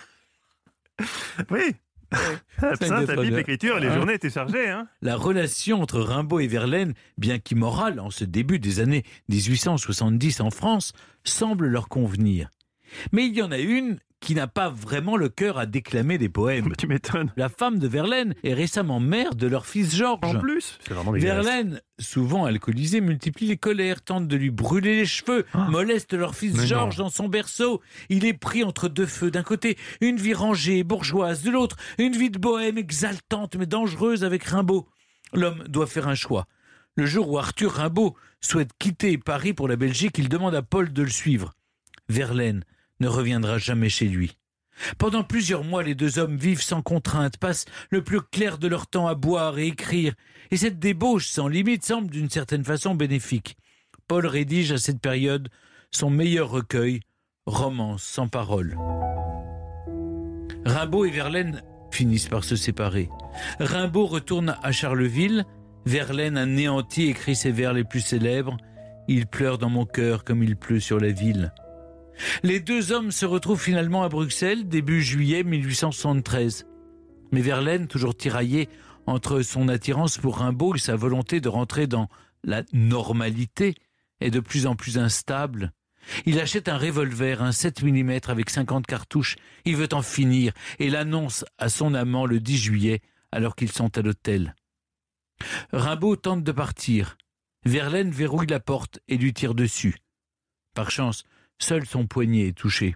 Oui. L'absinthe, la pipe, l'écriture, les journées étaient chargées. La relation entre Rimbaud et Verlaine, bien qu'immorale en ce début des années 1870 en France, semble leur convenir. Mais il y en a une qui n'a pas vraiment le cœur à déclamer des poèmes. Tu m'étonnes. La femme de Verlaine est récemment mère de leur fils Georges. En plus, c'est vraiment dégueulasse. Verlaine, souvent alcoolisé, multiplie les colères, tente de lui brûler les cheveux, moleste leur fils Georges dans son berceau. Il est pris entre deux feux. D'un côté, une vie rangée, bourgeoise. De l'autre, une vie de bohème exaltante mais dangereuse avec Rimbaud. L'homme doit faire un choix. Le jour où Arthur Rimbaud souhaite quitter Paris pour la Belgique, il demande à Paul de le suivre. Verlaine ne reviendra jamais chez lui. Pendant plusieurs mois, les deux hommes vivent sans contrainte, passent le plus clair de leur temps à boire et écrire. Et cette débauche sans limite semble d'une certaine façon bénéfique. Paul rédige à cette période son meilleur recueil, romance sans parole. Rimbaud et Verlaine finissent par se séparer. Rimbaud retourne à Charleville. Verlaine, anéanti, écrit ses vers les plus célèbres. Il pleure dans mon cœur comme il pleut sur la ville. Les deux hommes se retrouvent finalement à Bruxelles, début juillet 1873. Mais Verlaine, toujours tiraillé entre son attirance pour Rimbaud et sa volonté de rentrer dans la normalité, est de plus en plus instable. Il achète un revolver, un 7 mm avec 50 cartouches. Il veut en finir et l'annonce à son amant le 10 juillet alors qu'ils sont à l'hôtel. Rimbaud tente de partir. Verlaine verrouille la porte et lui tire dessus. Par chance, seul son poignet est touché.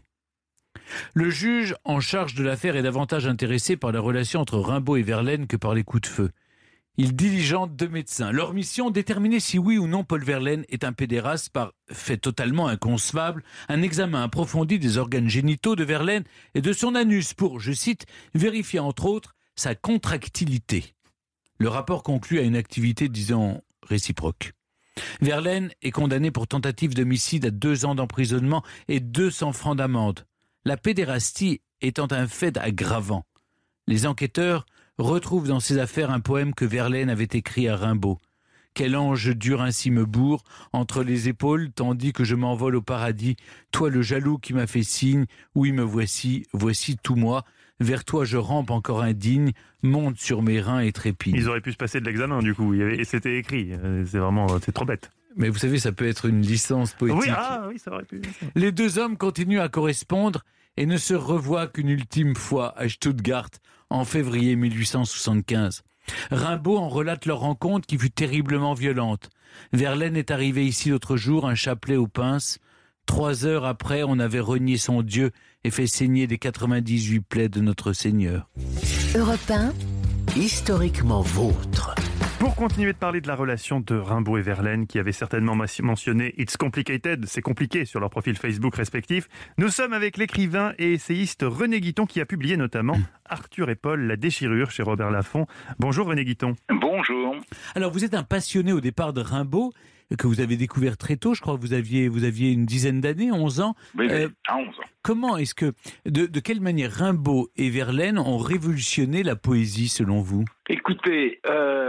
Le juge en charge de l'affaire est davantage intéressé par la relation entre Rimbaud et Verlaine que par les coups de feu. Il diligente 2 médecins. Leur mission, déterminer si oui ou non Paul Verlaine est un pédéraste par fait totalement inconcevable, un examen approfondi des organes génitaux de Verlaine et de son anus pour, je cite, vérifier entre autres sa contractilité. Le rapport conclut à une activité, disons, réciproque. Verlaine est condamné pour tentative d'homicide à 2 ans d'emprisonnement et 200 francs d'amende. La pédérastie étant un fait aggravant. Les enquêteurs retrouvent dans ses affaires un poème que Verlaine avait écrit à Rimbaud. « Quel ange dur ainsi me bourre entre les épaules, tandis que je m'envole au paradis, toi le jaloux qui m'a fait signe, oui me voici, voici tout moi, vers toi je rampe encore indigne, monte sur mes reins et trépigne. » Ils auraient pu se passer de l'examen du coup, et c'était écrit, c'est trop bête. Mais vous savez, ça peut être une licence poétique. Oui, ça aurait pu. Les deux hommes continuent à correspondre et ne se revoient qu'une ultime fois à Stuttgart en février 1875. Rimbaud en relate leur rencontre qui fut terriblement violente. Verlaine est arrivé ici l'autre jour, un chapelet aux pinces. 3 heures après, on avait renié son Dieu et fait saigner les 98 plaies de notre Seigneur. Europe 1, Historiquement vôtre. Pour continuer de parler de la relation de Rimbaud et Verlaine, qui avait certainement mentionné « It's complicated », c'est compliqué sur leur profil Facebook respectif, nous sommes avec l'écrivain et essayiste René Guiton qui a publié notamment Arthur et Paul, la déchirure chez Robert Laffont. Bonjour René Guiton. Bonjour. Alors vous êtes un passionné au départ de Rimbaud, que vous avez découvert très tôt, je crois que vous aviez une dizaine d'années, 11 ans. Oui, à 11 ans. Comment est-ce que, de quelle manière Rimbaud et Verlaine ont révolutionné la poésie selon vous ? Écoutez,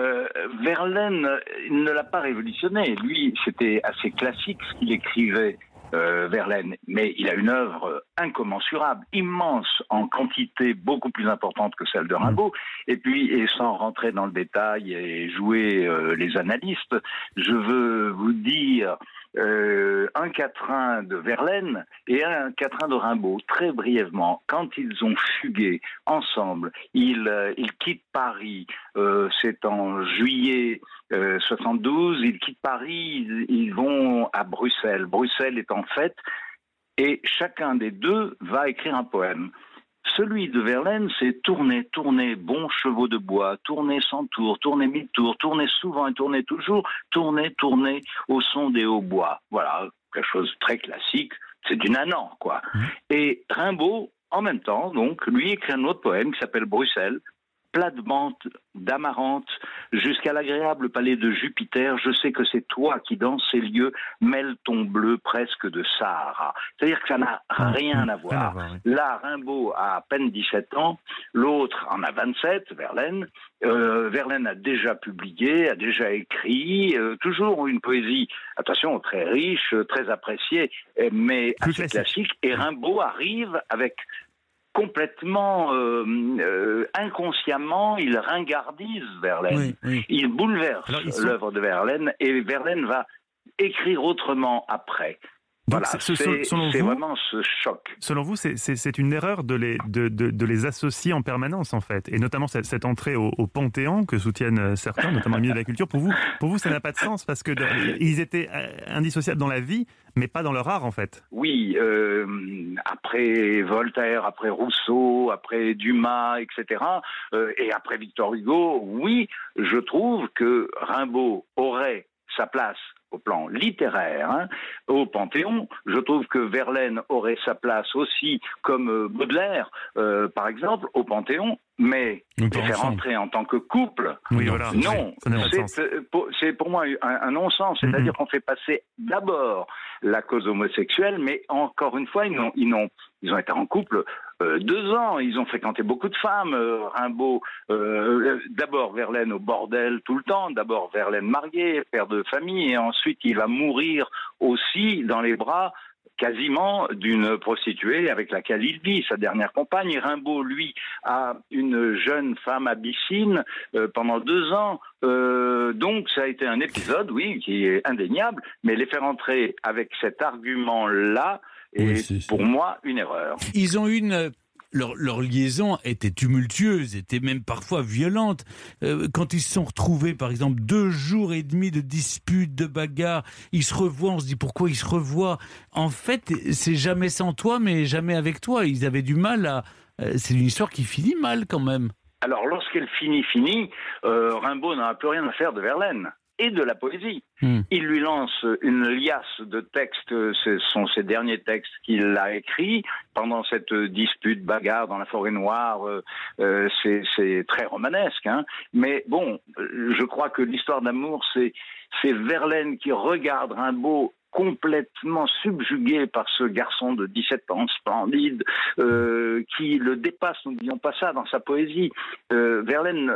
Verlaine ne l'a pas révolutionné. Lui, c'était assez classique ce qu'il écrivait, Verlaine. Mais il a une œuvre incommensurable, immense, en quantité beaucoup plus importante que celle de Rimbaud. Et puis, et sans rentrer dans le détail et jouer les analystes, je veux vous dire un quatrain de Verlaine et un quatrain de Rimbaud, très brièvement. Quand ils ont fugué ensemble, ils quittent Paris, c'est en juillet 72, ils quittent Paris, ils vont à Bruxelles. Bruxelles est en fête et chacun des deux va écrire un poème. Celui de Verlaine, c'est tourner, bons chevaux de bois, tourner sans tour, tourner 1000 tours, tourner souvent et tourner toujours, tourner au son des hautbois. Voilà, quelque chose de très classique, c'est du nanan, quoi. Et Rimbaud, en même temps, donc, lui écrit un autre poème qui s'appelle Bruxelles, plate-bande d'Amarante, jusqu'à l'agréable palais de Jupiter, je sais que c'est toi qui dans ces lieux mêle ton bleu presque de Sahara. C'est-à-dire que ça n'a rien à voir. Là, Rimbaud a à peine 17 ans, l'autre en a 27, Verlaine. Verlaine a déjà publié, a déjà écrit, toujours une poésie, attention, très riche, très appréciée, mais assez classique. Et Rimbaud arrive avec complètement inconsciemment, il ringardise Verlaine. Oui. Il bouleverse l'œuvre de Verlaine et Verlaine va écrire autrement après. Donc, voilà, c'est vraiment ce choc. Selon vous, c'est une erreur de les associer en permanence, en fait, et notamment cette entrée au Panthéon que soutiennent certains, notamment le milieu de la culture. Pour vous, ça n'a pas de sens parce que ils étaient indissociables dans la vie, mais pas dans leur art, en fait. Oui, après Voltaire, après Rousseau, après Dumas, etc., et après Victor Hugo, oui, je trouve que Rimbaud aurait sa place au plan littéraire, au Panthéon. Je trouve que Verlaine aurait sa place aussi, comme Baudelaire, par exemple, au Panthéon. Mais Nous les faire pensons. entrer en tant que couple, Oui, voilà. non, Ça n'a pas de sens. c'est pour moi un non-sens. C'est-à-dire qu'on fait passer d'abord la cause homosexuelle, mais encore une fois, ils ont été en couple 2 ans. Ils ont fréquenté beaucoup de femmes. Rimbaud, d'abord Verlaine au bordel tout le temps, d'abord Verlaine marié, père de famille, et ensuite il va mourir aussi dans les bras quasiment d'une prostituée avec laquelle il vit, sa dernière compagne. Et Rimbaud, lui, a une jeune femme abyssine pendant 2 ans. Donc ça a été un épisode, oui, qui est indéniable, mais les faire entrer avec cet argument-là est pour moi une erreur. Ils ont leur liaison était tumultueuse, était même parfois violente. Quand ils se sont retrouvés, par exemple, 2 jours et demi de disputes, de bagarres, ils se revoient, on se dit pourquoi ils se revoient. En fait, c'est jamais sans toi, mais jamais avec toi. Ils avaient du mal à... c'est une histoire qui finit mal quand même. Alors lorsqu'elle finit, Rimbaud n'a plus rien à faire de Verlaine et de la poésie. Il lui lance une liasse de textes, ce sont ses derniers textes qu'il a écrits pendant cette dispute, bagarre dans la forêt noire, c'est très romanesque, hein. Mais bon, je crois que l'histoire d'amour, c'est Verlaine qui regarde Rimbaud complètement subjugué par ce garçon de 17 ans splendide qui le dépasse, n'oublions pas ça, dans sa poésie. Verlaine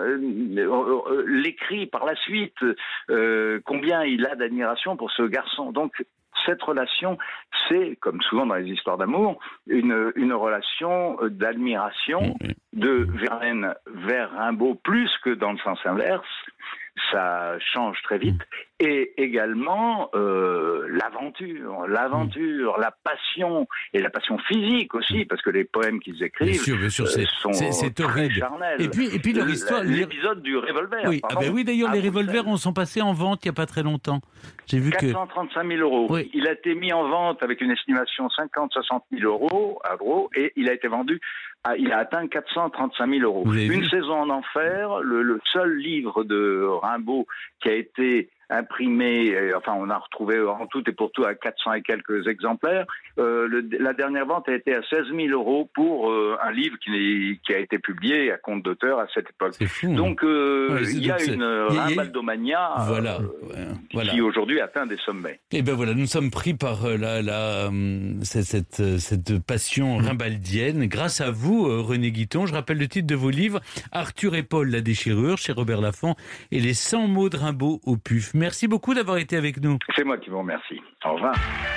l'écrit par la suite, combien il a d'admiration pour ce garçon. Donc cette relation, c'est, comme souvent dans les histoires d'amour, une relation d'admiration de Verlaine vers Rimbaud, plus que dans le sens inverse. Ça change très vite. Et également l'aventure, la passion, et la passion physique aussi, parce que les poèmes qu'ils écrivent bien sûr, sont c'est très horrible. charnels. Et puis leur histoire... L'épisode du revolver. Oui, oui, d'ailleurs, les revolvers sont passés en vente il n'y a pas très longtemps. J'ai vu 435 000 euros. Oui. Il a été mis en vente avec une estimation 50-60 000 euros à gros, et il a été vendu. Il a atteint 435 000 euros. Une saison en enfer, le seul livre de Rimbaud qui a été imprimé, enfin on a retrouvé en tout et pour tout à 400 et quelques exemplaires. La dernière vente a été à 16 000 euros pour un livre qui a été publié à compte d'auteur à cette époque. C'est fou, donc il y a une Rimbaldomania qui aujourd'hui atteint des sommets. Et ben voilà, nous sommes pris par cette passion rimbaldienne. Grâce à vous, René Guiton, je rappelle le titre de vos livres, Arthur et Paul, la déchirure, chez Robert Laffont, et les 100 mots de Rimbaud au PUF. Merci beaucoup d'avoir été avec nous. C'est moi qui vous remercie. Au revoir.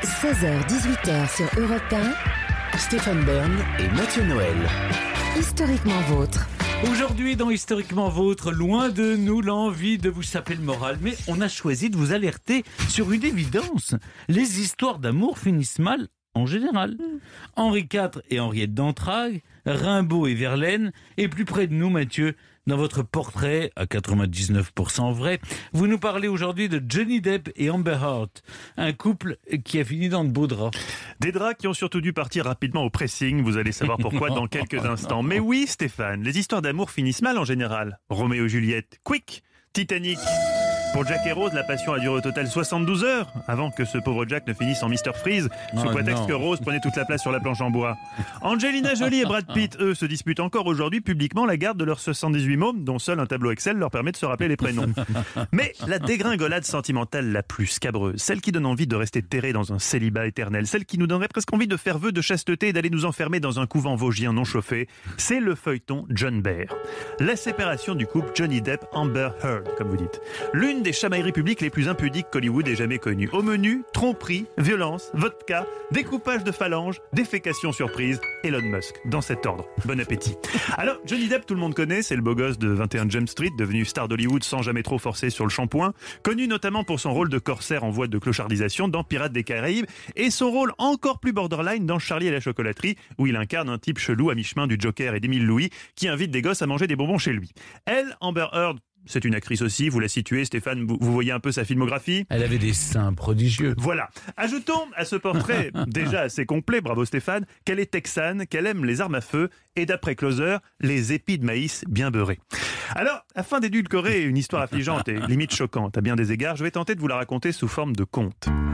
16h-18h sur Europe 1. Stéphane Bern et Mathieu Noël. Historiquement vôtre. Aujourd'hui, dans Historiquement Vôtre, loin de nous l'envie de vous saper le moral, mais on a choisi de vous alerter sur une évidence. Les histoires d'amour finissent mal en général. Henri IV et Henriette d'Entragues, Rimbaud et Verlaine, et plus près de nous, Mathieu, dans votre portrait, à 99% vrai, vous nous parlez aujourd'hui de Johnny Depp et Amber Heard, un couple qui a fini dans de beaux draps. Des draps qui ont surtout dû partir rapidement au pressing, vous allez savoir pourquoi dans quelques instants. Mais oui, Stéphane, les histoires d'amour finissent mal en général. Roméo et Juliette, quick. Titanic. Pour Jack et Rose, la passion a duré au total 72 heures avant que ce pauvre Jack ne finisse en Mr. Freeze, sous prétexte que Rose prenait toute la place sur la planche en bois. Angelina Jolie et Brad Pitt, eux, se disputent encore aujourd'hui publiquement la garde de leurs 78 mômes, dont seul un tableau Excel leur permet de se rappeler les prénoms. Mais la dégringolade sentimentale la plus scabreuse, celle qui donne envie de rester terré dans un célibat éternel, celle qui nous donnerait presque envie de faire vœu de chasteté et d'aller nous enfermer dans un couvent vosgien non chauffé, c'est le feuilleton John Bear. La séparation du couple Johnny Depp-Amber Heard, comme vous dites. L'une des chamailleries publiques les plus impudiques qu'Hollywood ait jamais connues. Au menu, tromperie, violence, vodka, découpage de phalanges, défécation surprise, Elon Musk, dans cet ordre. Bon appétit. Alors, Johnny Depp, tout le monde connaît, c'est le beau gosse de 21 Jump Street, devenu star d'Hollywood sans jamais trop forcer sur le shampoing, connu notamment pour son rôle de corsaire en voie de clochardisation dans Pirates des Caraïbes, et son rôle encore plus borderline dans Charlie et la chocolaterie, où il incarne un type chelou à mi-chemin du Joker et d'Émile Louis, qui invite des gosses à manger des bonbons chez lui. Elle, Amber Heard, c'est une actrice aussi, vous la situez, Stéphane, vous voyez un peu sa filmographie ? Elle avait des seins prodigieux. Voilà. Ajoutons à ce portrait, déjà assez complet, bravo Stéphane, qu'elle est texane, qu'elle aime les armes à feu et d'après Closer, les épis de maïs bien beurrés. Alors, afin d'édulcorer une histoire affligeante et limite choquante à bien des égards, je vais tenter de vous la raconter sous forme de conte.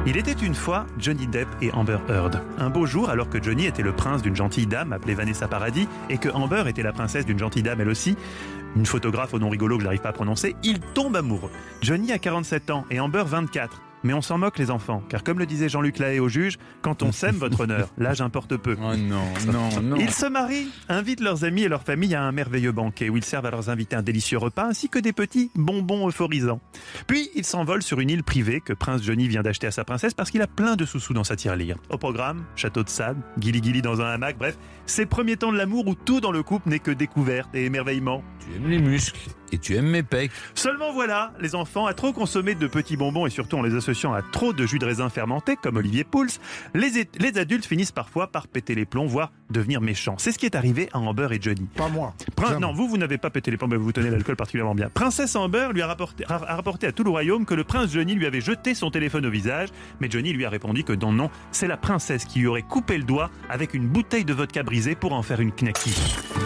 Il était une fois Johnny Depp et Amber Heard. Un beau jour, alors que Johnny était le prince d'une gentille dame appelée Vanessa Paradis et que Amber était la princesse d'une gentille dame elle aussi, une photographe au nom rigolo que je n'arrive pas à prononcer, ils tombent amoureux. Johnny a 47 ans et Amber 24. Mais on s'en moque les enfants, car comme le disait Jean-Luc Lahaye au juge, quand on s'aime, votre honneur, l'âge importe peu. Oh non. Ils se marient, invitent leurs amis et leur famille à un merveilleux banquet où ils servent à leurs invités un délicieux repas ainsi que des petits bonbons euphorisants. Puis ils s'envolent sur une île privée que Prince Johnny vient d'acheter à sa princesse parce qu'il a plein de sous-sous dans sa tirelire. Au programme, château de sable, guili-guili dans un hamac, bref, ces premiers temps de l'amour où tout dans le couple n'est que découverte et émerveillement. Tu aimes les muscles et tu aimes mes pecs. Seulement voilà, les enfants, à trop consommer de petits bonbons et surtout en les associant à trop de jus de raisin fermenté comme Olivier Pouls, les adultes finissent parfois par péter les plombs, voire devenir méchants. C'est ce qui est arrivé à Amber et Johnny. Pas moi. Non, vous n'avez pas pété les plombs, mais vous tenez l'alcool particulièrement bien. Princesse Amber lui a rapporté à tout le royaume que le prince Johnny lui avait jeté son téléphone au visage, mais Johnny lui a répondu que non, c'est la princesse qui lui aurait coupé le doigt avec une bouteille de vodka brisée pour en faire une knacky.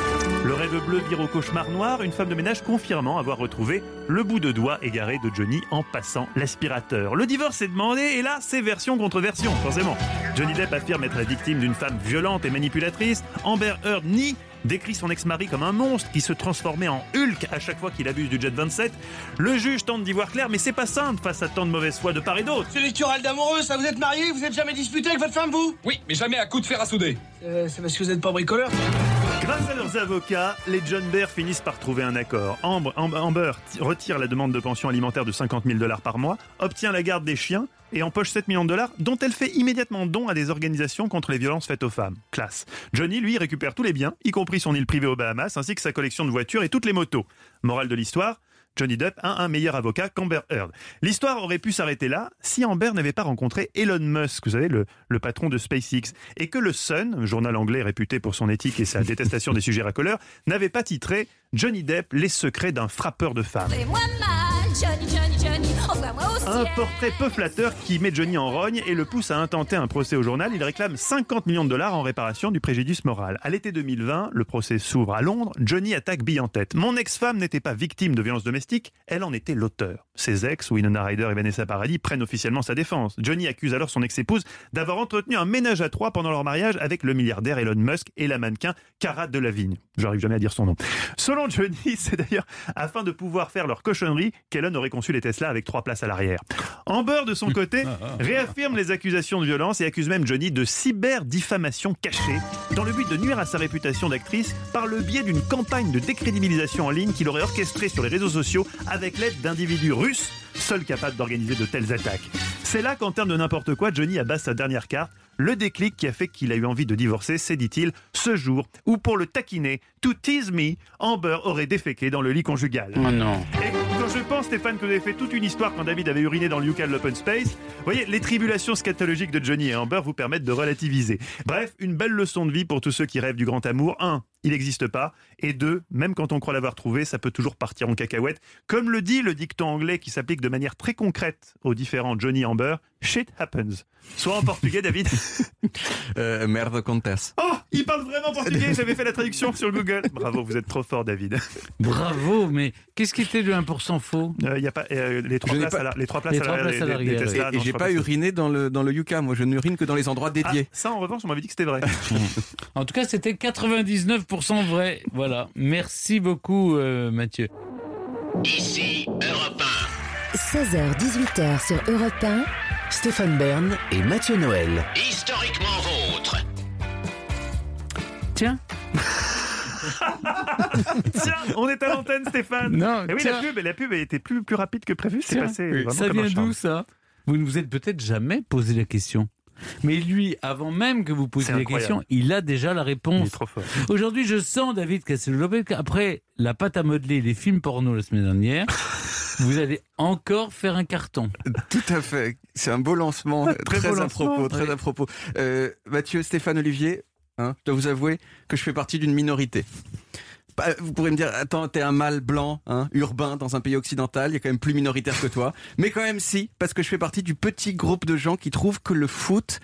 Le rêve bleu vire au cauchemar noir, une femme de ménage confirmant avoir retrouvé le bout de doigt égaré de Johnny en passant l'aspirateur. Le divorce est demandé et là, c'est version contre version, forcément. Johnny Depp affirme être la victime d'une femme violente et manipulatrice. Amber Heard nie, décrit son ex-mari comme un monstre qui se transformait en Hulk à chaque fois qu'il abuse du jet 27. Le juge tente d'y voir clair, mais c'est pas simple face à tant de mauvaise foi de part et d'autre. C'est les querelles d'amoureux, ça, vous êtes mariés, vous êtes jamais disputé avec votre femme, vous? Oui, mais jamais à coup de fer à souder. C'est parce que vous n'êtes pas bricoleur. Grâce à leurs avocats, les John Bear finissent par trouver un accord. Amber retire la demande de pension alimentaire de $50 000 par mois, obtient la garde des chiens et empoche $7 millions dont elle fait immédiatement don à des organisations contre les violences faites aux femmes. Classe. Johnny, lui, récupère tous les biens, y compris son île privée aux Bahamas, ainsi que sa collection de voitures et toutes les motos. Morale de l'histoire, Johnny Depp a un meilleur avocat qu'Amber Heard. L'histoire aurait pu s'arrêter là si Amber n'avait pas rencontré Elon Musk, vous savez, le patron de SpaceX, et que le Sun, journal anglais réputé pour son éthique et sa détestation des sujets racoleurs, n'avait pas titré Johnny Depp, les secrets d'un frappeur de femmes. Fais-moi mal, Johnny, envoie-moi au ciel. Un portrait peu flatteur qui met Johnny en rogne et le pousse à intenter un procès au journal. Il réclame $50 millions en réparation du préjudice moral. À l'été 2020, le procès s'ouvre à Londres. Johnny attaque bille en tête. Mon ex-femme n'était pas victime de violences domestiques, elle en était l'auteur. Ses ex, Winona Ryder et Vanessa Paradis, prennent officiellement sa défense. Johnny accuse alors son ex-épouse d'avoir entretenu un ménage à trois pendant leur mariage avec le milliardaire Elon Musk et la mannequin Cara Delevingne. J'arrive jamais à dire son nom. Selon Johnny, c'est d'ailleurs afin de pouvoir faire leur cochonnerie qu'Elon aurait conçu les Tesla avec 3 places à l'arrière. Amber, de son côté, réaffirme les accusations de violence et accuse même Johnny de cyber-diffamation cachée dans le but de nuire à sa réputation d'actrice par le biais d'une campagne de décrédibilisation en ligne qu'il aurait orchestrée sur les réseaux sociaux avec l'aide d'individus russes, seuls capables d'organiser de telles attaques. C'est là qu'en termes de n'importe quoi, Johnny abat sa dernière carte. Le déclic qui a fait qu'il a eu envie de divorcer, c'est, dit-il, ce jour où, pour le taquiner, to tease me, Amber aurait déféqué dans le lit conjugal. Oh non. Et quand je pense, Stéphane, que vous avez fait toute une histoire quand David avait uriné dans le Yucca de l'Open Space, vous voyez, les tribulations scatologiques de Johnny et Amber vous permettent de relativiser. Bref, une belle leçon de vie pour tous ceux qui rêvent du grand amour. 1, il n'existe pas. Et 2, même quand on croit l'avoir trouvé, ça peut toujours partir en cacahuète. Comme le dit le dicton anglais qui s'applique de manière très concrète aux différents Johnny et Amber, shit happens. Soit en portugais, David. Merde acontece. Oh, il parle vraiment portugais, j'avais fait la traduction sur Google. Bravo, vous êtes trop fort, David. Bravo, mais qu'est-ce qui était le 1% faux? Il y a pas les 3 places à l'arrière des Tesla. Et j'ai pas uriné dans le Yucca, moi je n'urine que dans les endroits dédiés. Ça, en revanche, on m'avait dit que c'était vrai. En tout cas, c'était 99% vrai. Voilà. Merci beaucoup, Mathieu. Ici, Europe 1. 16h-18h sur Europe 1. Stéphane Bern et Mathieu Noël. Historiquement vôtre. Tiens. Tiens, on est à l'antenne, Stéphane. Non, et oui, la pub a été plus rapide que prévu. C'est passé vraiment ça comme un vient charme. d'où, ça? Vous ne vous êtes peut-être jamais posé la question. Mais lui, avant même que vous posiez la question, il a déjà la réponse. Il est trop fort. Aujourd'hui, je sens, David Castel-Lopez, qu'après la pâte à modeler et les films porno la semaine dernière, vous allez encore faire un carton. Tout à fait. C'est un beau lancement. Très à propos. Mathieu, Stéphane, Olivier, je dois vous avouer que je fais partie d'une minorité. Vous pourrez me dire, attends, t'es un mâle blanc, urbain, dans un pays occidental, il y a quand même plus minoritaire que toi. Mais quand même si, parce que je fais partie du petit groupe de gens qui trouvent que le foot,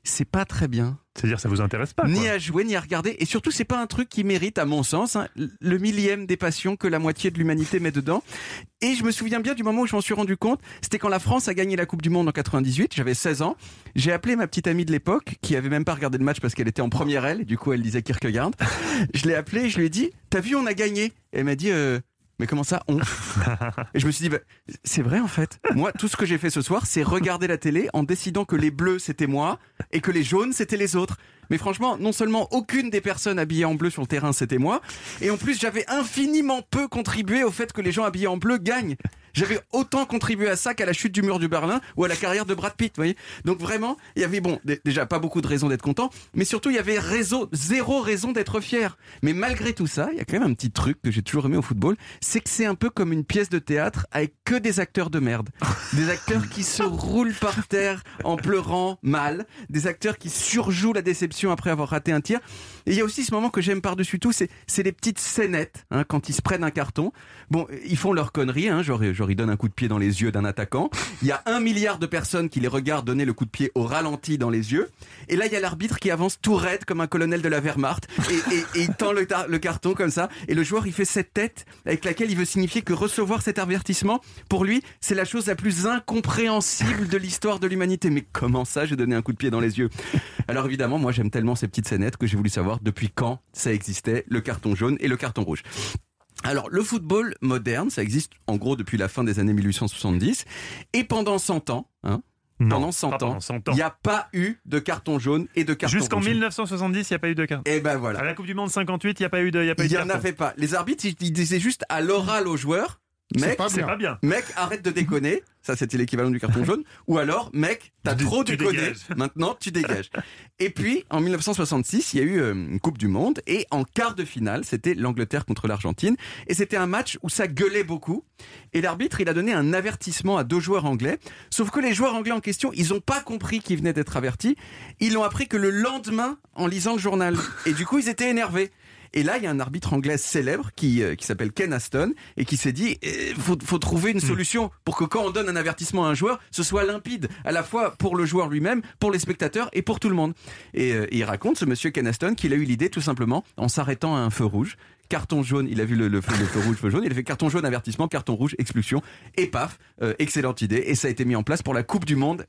c'est pas très bien. C'est-à-dire, ça vous intéresse pas, ni quoi. à jouer, ni à regarder. Et surtout, c'est pas un truc qui mérite, à mon sens, le millième des passions que la moitié de l'humanité met dedans. Et je me souviens bien du moment où je m'en suis rendu compte. C'était quand la France a gagné la Coupe du Monde en 98. J'avais 16 ans. J'ai appelé ma petite amie de l'époque, qui avait même pas regardé le match parce qu'elle était en première aile. Et du coup, elle lisait Kierkegaard. Je l'ai appelée et je lui ai dit, t'as vu, on a gagné. Et elle m'a dit, mais comment ça, on? Et je me suis dit, c'est vrai en fait. Moi, tout ce que j'ai fait ce soir, c'est regarder la télé en décidant que les bleus, c'était moi, et que les jaunes, c'était les autres. Mais franchement, non seulement aucune des personnes habillées en bleu sur le terrain, c'était moi, et en plus, j'avais infiniment peu contribué au fait que les gens habillés en bleu gagnent. J'avais autant contribué à ça qu'à la chute du mur du Berlin ou à la carrière de Brad Pitt, vous voyez. Donc vraiment, il y avait, déjà pas beaucoup de raisons d'être content, mais surtout, il y avait zéro raison d'être fier. Mais malgré tout ça, il y a quand même un petit truc que j'ai toujours aimé au football, c'est que c'est un peu comme une pièce de théâtre avec que des acteurs de merde. Des acteurs qui se roulent par terre en pleurant mal, des acteurs qui surjouent la déception après avoir raté un tir. Et il y a aussi ce moment que j'aime par-dessus tout, c'est les petites scénettes, quand ils se prennent un carton. Bon, ils font leur connerie, genre ils donnent un coup de pied dans les yeux d'un attaquant. Il y a 1 milliard de personnes qui les regardent donner le coup de pied au ralenti dans les yeux. Et là, il y a l'arbitre qui avance tout raide comme un colonel de la Wehrmacht et il tend le carton comme ça. Et le joueur, il fait cette tête avec laquelle il veut signifier que recevoir cet avertissement, pour lui, c'est la chose la plus incompréhensible de l'histoire de l'humanité. Mais comment ça, j'ai donné un coup de pied dans les yeux? Alors évidemment, moi, j'aime tellement ces petites scénettes que j'ai voulu savoir depuis quand ça existait, le carton jaune et le carton rouge. Alors, le football moderne, ça existe en gros depuis la fin des années 1870. Et pendant 100 ans, pendant 100 ans, il n'y a pas eu de carton jaune et de carton Jusqu'en rouge. 1970, il n'y a pas eu de carton. Et ben voilà. À la Coupe du Monde 58, il n'y a pas eu de carton. Il n'y en avait pas. Les arbitres, ils disaient juste à l'oral aux joueurs, mec, c'est pas bien. Mec, arrête de déconner. Ça, c'était l'équivalent du carton jaune. Ou alors, mec, t'as trop déconné. Maintenant, tu dégages. Et puis, en 1966, il y a eu une Coupe du Monde. Et en quart de finale, c'était l'Angleterre contre l'Argentine. Et c'était un match où ça gueulait beaucoup. Et l'arbitre, il a donné un avertissement à 2 joueurs anglais. Sauf que les joueurs anglais en question, ils n'ont pas compris qu'ils venaient d'être avertis. Ils l'ont appris que le lendemain, en lisant le journal. Et du coup, ils étaient énervés. Et là, il y a un arbitre anglais célèbre qui s'appelle Ken Aston et qui s'est dit faut trouver une solution pour que quand on donne un avertissement à un joueur, ce soit limpide, à la fois pour le joueur lui-même, pour les spectateurs et pour tout le monde. Et il raconte, ce monsieur Ken Aston, qu'il a eu l'idée tout simplement en s'arrêtant à un feu rouge. Carton jaune, il a vu le feu rouge, feu jaune, il a fait carton jaune, avertissement, carton rouge, expulsion, et paf, excellente idée, et ça a été mis en place pour la Coupe du Monde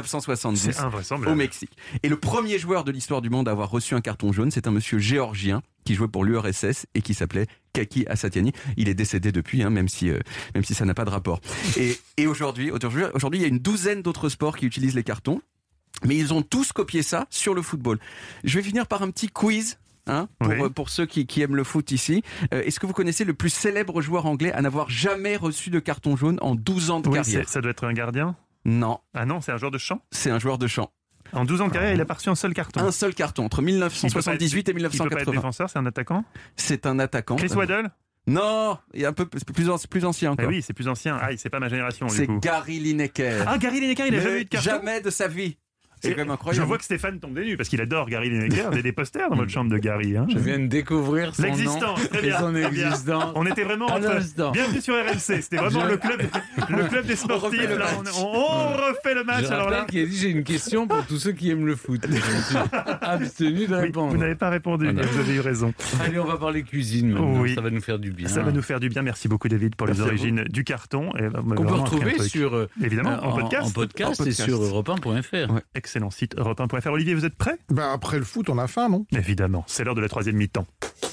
1970 au Mexique. Et le premier joueur de l'histoire du monde à avoir reçu un carton jaune, c'est un monsieur géorgien qui jouait pour l'URSS et qui s'appelait Kaki Asatiani. Il est décédé depuis, même si ça n'a pas de rapport. Et aujourd'hui, il y a une douzaine d'autres sports qui utilisent les cartons, mais ils ont tous copié ça sur le football. Je vais finir par un petit quiz. Pour ceux qui aiment le foot ici. Est-ce que vous connaissez le plus célèbre joueur anglais à n'avoir jamais reçu de carton jaune en 12 ans de carrière? Ça doit être un gardien? Non. Ah non, c'est un joueur de chant? C'est un joueur de chant. En 12 ans de carrière, il a pas reçu un seul carton? Un seul carton, entre 1978 et 1980. Il peut pas être défenseur, c'est un attaquant? C'est un attaquant. Chris Waddle? Non, il est un peu plus ancien encore. Ah oui, c'est plus ancien. Ah, c'est pas ma génération. C'est Gary Lineker. Ah, Gary Lineker, il a jamais eu de carton? Jamais de sa vie. C'est quand même incroyable. Je vois que Stéphane tombe des nues parce qu'il adore Gary Lineker. Il y a des posters dans votre chambre de Gary. Je viens de découvrir son l'existence. Nom très bien, et son très bien. existence. On était vraiment bienvenue sur RMC. C'était vraiment le club des sportifs. On refait le match. Alors là, qui a dit j'ai une question pour tous ceux qui aiment le foot. Je me suis abstenu de répondre. Vous n'avez pas répondu. Mais vous avez eu raison. Allez, on va parler cuisine. Maintenant. Oui. Ça va nous faire du bien. Ça va nous faire du bien. Merci beaucoup David pour les origines du carton. Qu'on peut retrouver sur évidemment en podcast et sur europe1.fr. Excellent site europe1.fr. Olivier, vous êtes prêt? Après le foot, on a faim, non? Évidemment, c'est l'heure de la 3e mi-temps.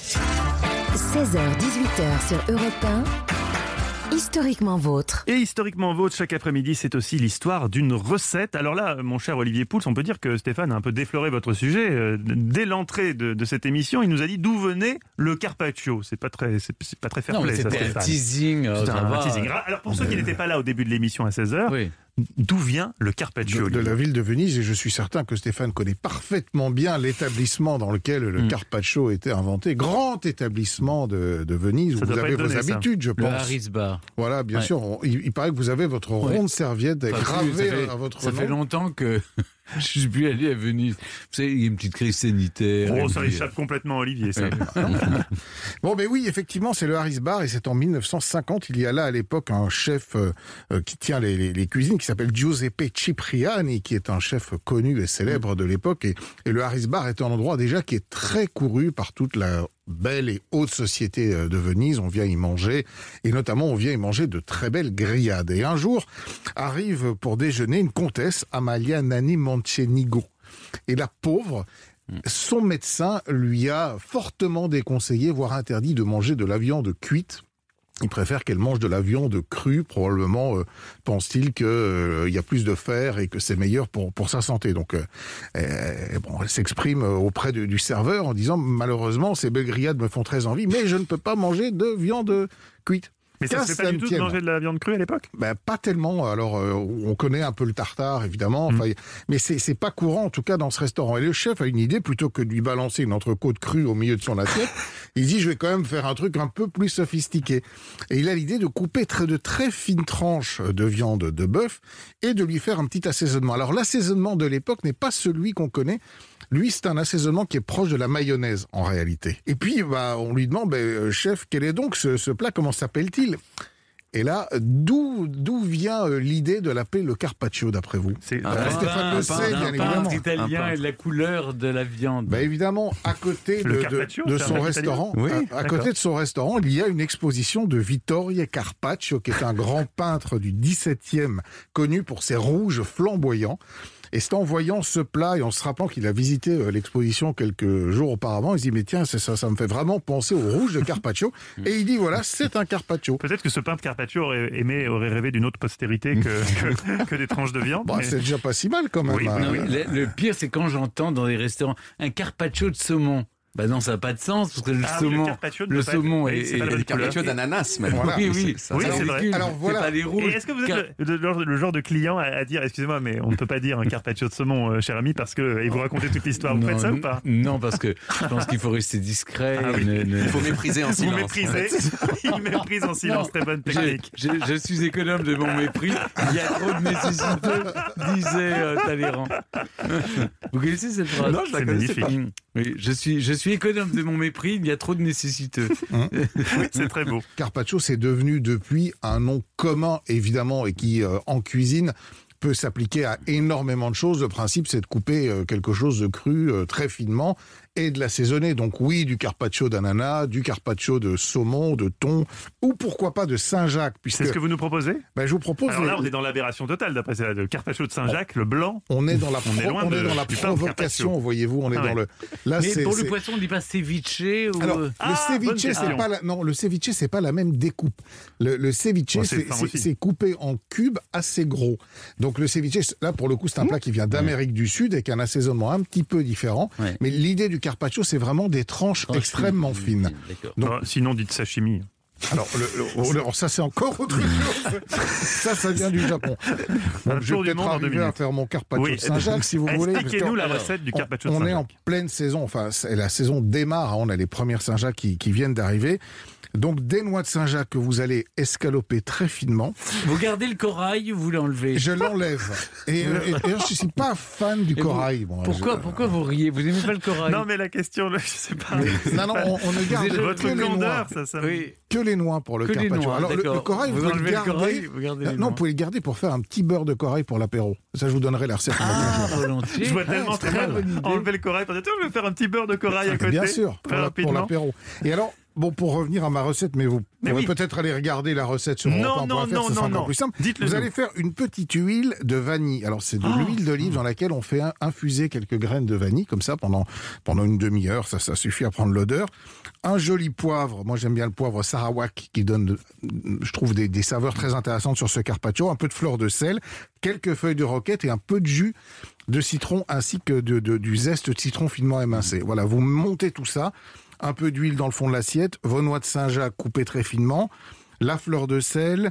16h-18h sur Europe 1. Historiquement vôtre. Et historiquement vôtre, chaque après-midi, c'est aussi l'histoire d'une recette. Alors là, mon cher Olivier Pouls, on peut dire que Stéphane a un peu défloré votre sujet. Dès l'entrée de cette émission, il nous a dit d'où venait le carpaccio. C'est pas très fair-play, ça, Stéphane. Un teasing. C'était un teasing. Alors pour ceux qui n'étaient pas là au début de l'émission à 16h, oui. D'où vient le carpaccio? De la ville de Venise, et je suis certain que Stéphane connaît parfaitement bien l'établissement dans lequel le carpaccio a été inventé. Grand établissement de Venise, où vous avez vos habitudes, je pense. Le Harris Bar. Voilà, bien sûr. Il paraît que vous avez votre ronde serviette gravée à votre nom. Ça fait longtemps que Je suis plus allé à Venise. Vous savez, il y a une petite crise sanitaire. Oh, ça échappe complètement à Olivier, ça. Bon, mais oui, effectivement, c'est le Harris Bar et c'est en 1950. Il y a là, à l'époque, un chef qui tient les cuisines qui s'appelle Giuseppe Cipriani, qui est un chef connu et célèbre de l'époque. Et le Harris Bar est un endroit déjà qui est très couru par toute la belle et haute société de Venise. On vient y manger, et notamment on vient y manger de très belles grillades. Et un jour arrive pour déjeuner une comtesse, Amalia Nani Moncenigo. Et la pauvre, son médecin lui a fortement déconseillé, voire interdit de manger de la viande cuite. Il préfère qu'elle mange de la viande crue, probablement pense-t-il qu'il y a plus de fer et que c'est meilleur pour sa santé. Donc, elle s'exprime auprès du serveur en disant « Malheureusement, ces belles grillades me font très envie, mais je ne peux pas manger de viande cuite ». Mais ça se fait pas du tout de manger de la viande crue à l'époque ? Pas tellement. Alors, on connaît un peu le tartare, évidemment. Mais c'est pas courant, en tout cas, dans ce restaurant. Et le chef a une idée, plutôt que de lui balancer une entrecôte crue au milieu de son assiette, il dit, je vais quand même faire un truc un peu plus sophistiqué. Et il a l'idée de couper de très fines tranches de viande de bœuf et de lui faire un petit assaisonnement. Alors, l'assaisonnement de l'époque n'est pas celui qu'on connaît. Lui, c'est un assaisonnement qui est proche de la mayonnaise, en réalité. Et puis, on lui demande, chef, quel est donc ce plat, comment s'appelle-t-il ? Et là, d'où vient l'idée de l'appeler le carpaccio, d'après vous ? Stéphane le sait, bien évidemment. Italien et la couleur de la viande. Évidemment, à côté de son restaurant, à côté de son restaurant, il y a une exposition de Vittorio Carpaccio, qui est un grand peintre du XVIIe, connu pour ses rouges flamboyants. Et c'est en voyant ce plat et en se rappelant qu'il a visité l'exposition quelques jours auparavant, il se dit, mais tiens, ça me fait vraiment penser au rouge de Carpaccio. Et il dit, voilà, c'est un Carpaccio. Peut-être que ce peintre Carpaccio aurait rêvé d'une autre postérité que des tranches de viande. Mais... C'est déjà pas si mal quand même. Oui, le pire, c'est quand j'entends dans des restaurants un Carpaccio de saumon. Non, ça n'a pas de sens, parce que le saumon est le carpaccio d'ananas, même. Voilà. Oui, c'est vrai. Alors voilà. C'est pas les rouges. Et est-ce que vous êtes le genre de client à dire, excusez-moi, mais on ne peut pas dire un carpaccio de saumon, cher ami, parce que vous racontez toute l'histoire. Vous faites ça ou pas ? Non, parce que je pense qu'il faut rester discret. Il faut mépriser en silence. Vous méprisez. Il méprise en silence. Très bonne technique. Je suis économe de mon mépris. Il y a trop de nécessité, disait Talleyrand. Vous connaissez cette phrase ? Non, je la connaissais pas. Oui, je suis économe de mon mépris, il y a trop de nécessiteux. Oui, c'est très beau. Carpaccio, c'est devenu depuis un nom commun, évidemment, et qui, en cuisine, peut s'appliquer à énormément de choses. Le principe, c'est de couper quelque chose de cru très finement et de l'assaisonner. Donc oui, du carpaccio d'ananas, du carpaccio de saumon, de thon, ou pourquoi pas de Saint-Jacques. C'est ce que vous nous proposez ? Je vous propose... Alors là, on est dans l'aberration totale, d'après ça. Le carpaccio de Saint-Jacques, le blanc. On est dans la provocation, voyez-vous. On est dans le... Là, mais pour le poisson, on ne dit pas ceviche ou... Alors, le ceviche, c'est pas le ceviche, c'est pas la même découpe. Le ceviche, c'est coupé en cubes assez gros. Donc le ceviche, là, pour le coup, c'est un plat qui vient d'Amérique du Sud avec un assaisonnement un petit peu différent. Ouais. Mais l'idée du carpaccio, c'est vraiment des tranches extrêmement fines. Donc, sinon, dites sashimi. Alors, ça, c'est encore autre chose. Ça vient du Japon. Bon, je vais peut-être arriver à faire mon carpaccio de Saint-Jacques, si vous voulez. Expliquez-nous la recette du carpaccio de Saint-Jacques. On est en pleine saison. Enfin, la saison démarre. On a les premières Saint-Jacques qui viennent d'arriver. Donc, des noix de Saint-Jacques que vous allez escaloper très finement. Vous gardez le corail ou vous l'enlevez ? Je l'enlève. Et je ne suis pas fan du corail. Pourquoi vous riez ? Vous n'aimez pas le corail ? Non, mais la question, je ne sais pas. Non, on ne garde votre candeur, que les noix pour le carpaccio. Alors, le corail, vous pouvez le garder. Non, vous pouvez le garder pour faire un petit beurre de corail pour l'apéro. Ça, je vous donnerai la recette. Volontiers. Je vois tellement très mal enlever le corail. Je vais faire un petit beurre de corail à côté. Bien sûr, pour l'apéro. Et alors, bon, pour revenir à ma recette, mais vous pourrez peut-être aller regarder la recette sur europe1.fr, c'est encore plus simple. Vous allez faire une petite huile de vanille. Alors, c'est de l'huile d'olive dans laquelle on fait infuser quelques graines de vanille, comme ça, pendant une demi-heure. Ça suffit à prendre l'odeur. Un joli poivre. Moi, j'aime bien le poivre Sarawak, qui donne, je trouve, des saveurs très intéressantes sur ce carpaccio. Un peu de fleur de sel, quelques feuilles de roquette et un peu de jus de citron, ainsi que du zeste de citron finement émincé. Voilà, vous montez tout ça. Un peu d'huile dans le fond de l'assiette, vos noix de Saint-Jacques coupées très finement, la fleur de sel,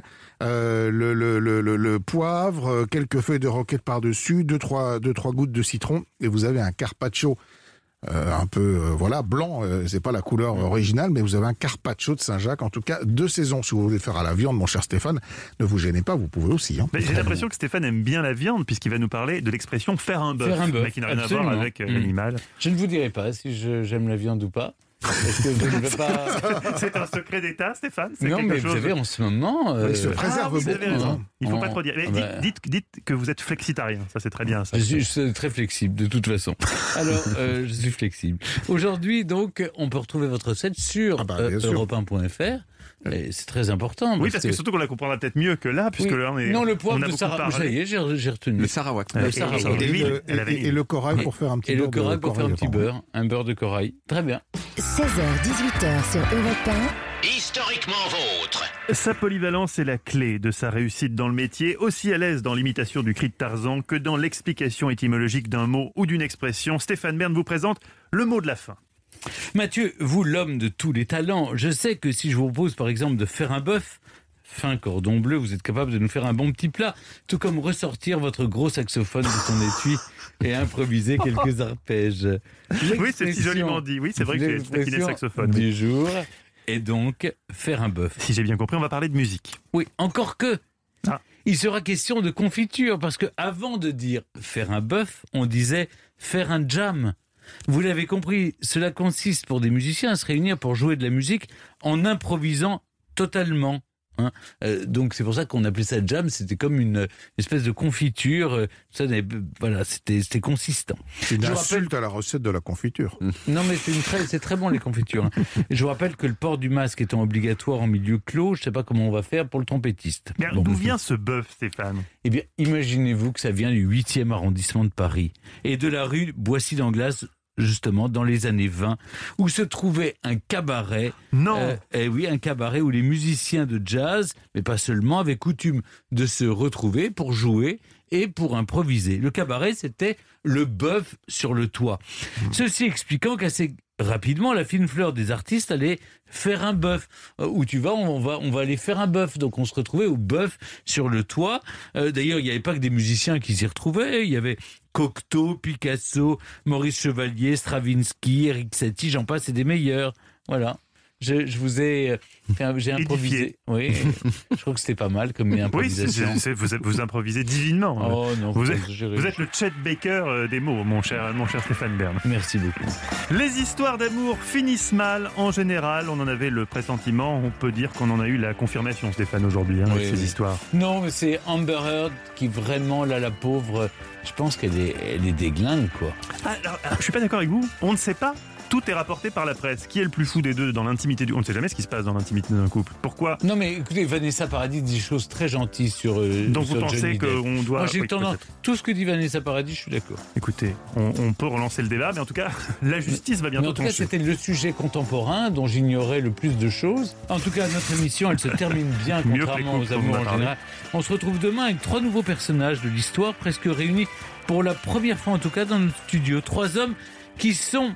le poivre, quelques feuilles de roquette par-dessus, deux, trois gouttes de citron, et vous avez un carpaccio un peu blanc, c'est pas la couleur originale, mais vous avez un carpaccio de Saint-Jacques, en tout cas 2 saisons. Si vous voulez faire à la viande, mon cher Stéphane, ne vous gênez pas, vous pouvez aussi. Hein. J'ai l'impression que Stéphane aime bien la viande, puisqu'il va nous parler de l'expression faire un bœuf, mais qui n'a rien à voir avec l'animal. Je ne vous dirai pas si j'aime la viande ou pas. Parce que je ne veux pas... C'est un secret d'État, Stéphane? Non, mais vous savez, en ce moment... Il se préserve beaucoup. Il ne faut pas trop dire. Mais dites que vous êtes flexitarien, ça c'est très bien. Ça. Je suis très flexible, de toute façon. Alors, je suis flexible. Aujourd'hui, donc, on peut retrouver votre recette sur europe1.fr. Et c'est très important. Oui, parce que surtout qu'on la comprendra peut-être mieux que là, puisque là, le poivre de Sarawak. Ça y est, j'ai retenu. Le Sarawak. Et le corail pour faire un petit beurre. Et le corail pour faire un petit beurre, un beurre de corail. Très bien. 16h-18h sur Europe 1. Historiquement vôtre. Sa polyvalence est la clé de sa réussite dans le métier, aussi à l'aise dans l'imitation du cri de Tarzan que dans l'explication étymologique d'un mot ou d'une expression. Stéphane Bern vous présente le mot de la fin. Mathieu, vous l'homme de tous les talents, je sais que si je vous propose par exemple de faire un bœuf, fin cordon bleu, vous êtes capable de nous faire un bon petit plat, tout comme ressortir votre gros saxophone de son étui et improviser quelques arpèges. Oui, c'est si joliment dit, oui, c'est vrai que j'ai taquiné le saxophone. Du jour, et donc faire un bœuf. Si j'ai bien compris, on va parler de musique. Oui, encore que. Il sera question de confiture, parce que avant de dire faire un bœuf, on disait faire un jam. Vous l'avez compris, cela consiste pour des musiciens à se réunir pour jouer de la musique en improvisant totalement. Hein. Donc c'est pour ça qu'on appelait ça jam, c'était comme une espèce de confiture, voilà, c'était consistant. C'est une insulte à la recette de la confiture. Non mais c'est très bon les confitures. Hein. Je vous rappelle que le port du masque étant obligatoire en milieu clos, je ne sais pas comment on va faire pour le trompettiste. Mais d'où vient ce bœuf, Stéphane? Eh bien, imaginez-vous que ça vient du 8e arrondissement de Paris et de la rue Boissy-d'Anglas, justement dans les années 20, où se trouvait un cabaret. Non. Oui, un cabaret où les musiciens de jazz, mais pas seulement, avaient coutume de se retrouver pour jouer et pour improviser. Le cabaret, c'était le bœuf sur le toit. Ceci expliquant qu'assez rapidement, la fine fleur des artistes allait faire un bœuf. Où tu vas, on va aller faire un bœuf. Donc on se retrouvait au bœuf sur le toit. D'ailleurs, il n'y avait pas que des musiciens qui s'y retrouvaient. Il y avait Cocteau, Picasso, Maurice Chevalier, Stravinsky, Eric Satie, j'en passe, et des meilleurs. Voilà. Je vous ai... J'ai improvisé. Oui, je crois que c'était pas mal comme improvisation. Oui, vous improvisez divinement. Oh non, vous êtes le Chet Baker des mots, mon cher Stéphane Bern. Merci beaucoup. Les histoires d'amour finissent mal en général. On en avait le pressentiment. On peut dire qu'on en a eu la confirmation, Stéphane, aujourd'hui, avec ces histoires. Non, mais c'est Amber Heard qui vraiment, là, la pauvre, je pense qu'elle est déglingue, quoi. Alors, je suis pas d'accord avec vous. On ne sait pas. Tout est rapporté par la presse. Qui est le plus fou des deux dans l'intimité du... On ne sait jamais ce qui se passe dans l'intimité d'un couple. Pourquoi? Non mais écoutez, Vanessa Paradis dit des choses très gentilles sur donc sur vous pensez qu'on doit... Moi j'ai tendance... Tout ce que dit Vanessa Paradis, je suis d'accord. Écoutez, on peut relancer le débat, mais en tout cas, la justice va bientôt trancher. En tout cas, c'était le sujet contemporain dont j'ignorais le plus de choses. En tout cas, notre émission, elle se termine bien, contrairement aux amours en général. On se retrouve demain avec 3 nouveaux personnages de l'histoire, presque réunis pour la première fois en tout cas dans notre studio. 3 hommes qui sont...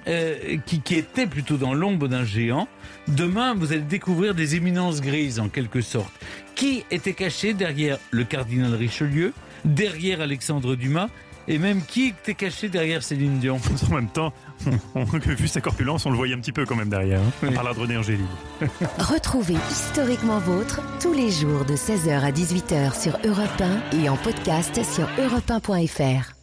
qui étaient plutôt dans l'ombre d'un géant. Demain, vous allez découvrir des éminences grises, en quelque sorte. Qui était caché derrière le cardinal Richelieu, derrière Alexandre Dumas, et même qui était caché derrière Céline Dion. En même temps, vu sa corpulence, on le voyait un petit peu quand même derrière. Hein. Oui. On parle de René Angélil. Retrouvez Historiquement Vôtre tous les jours de 16h à 18h sur Europe 1 et en podcast sur europe1.fr.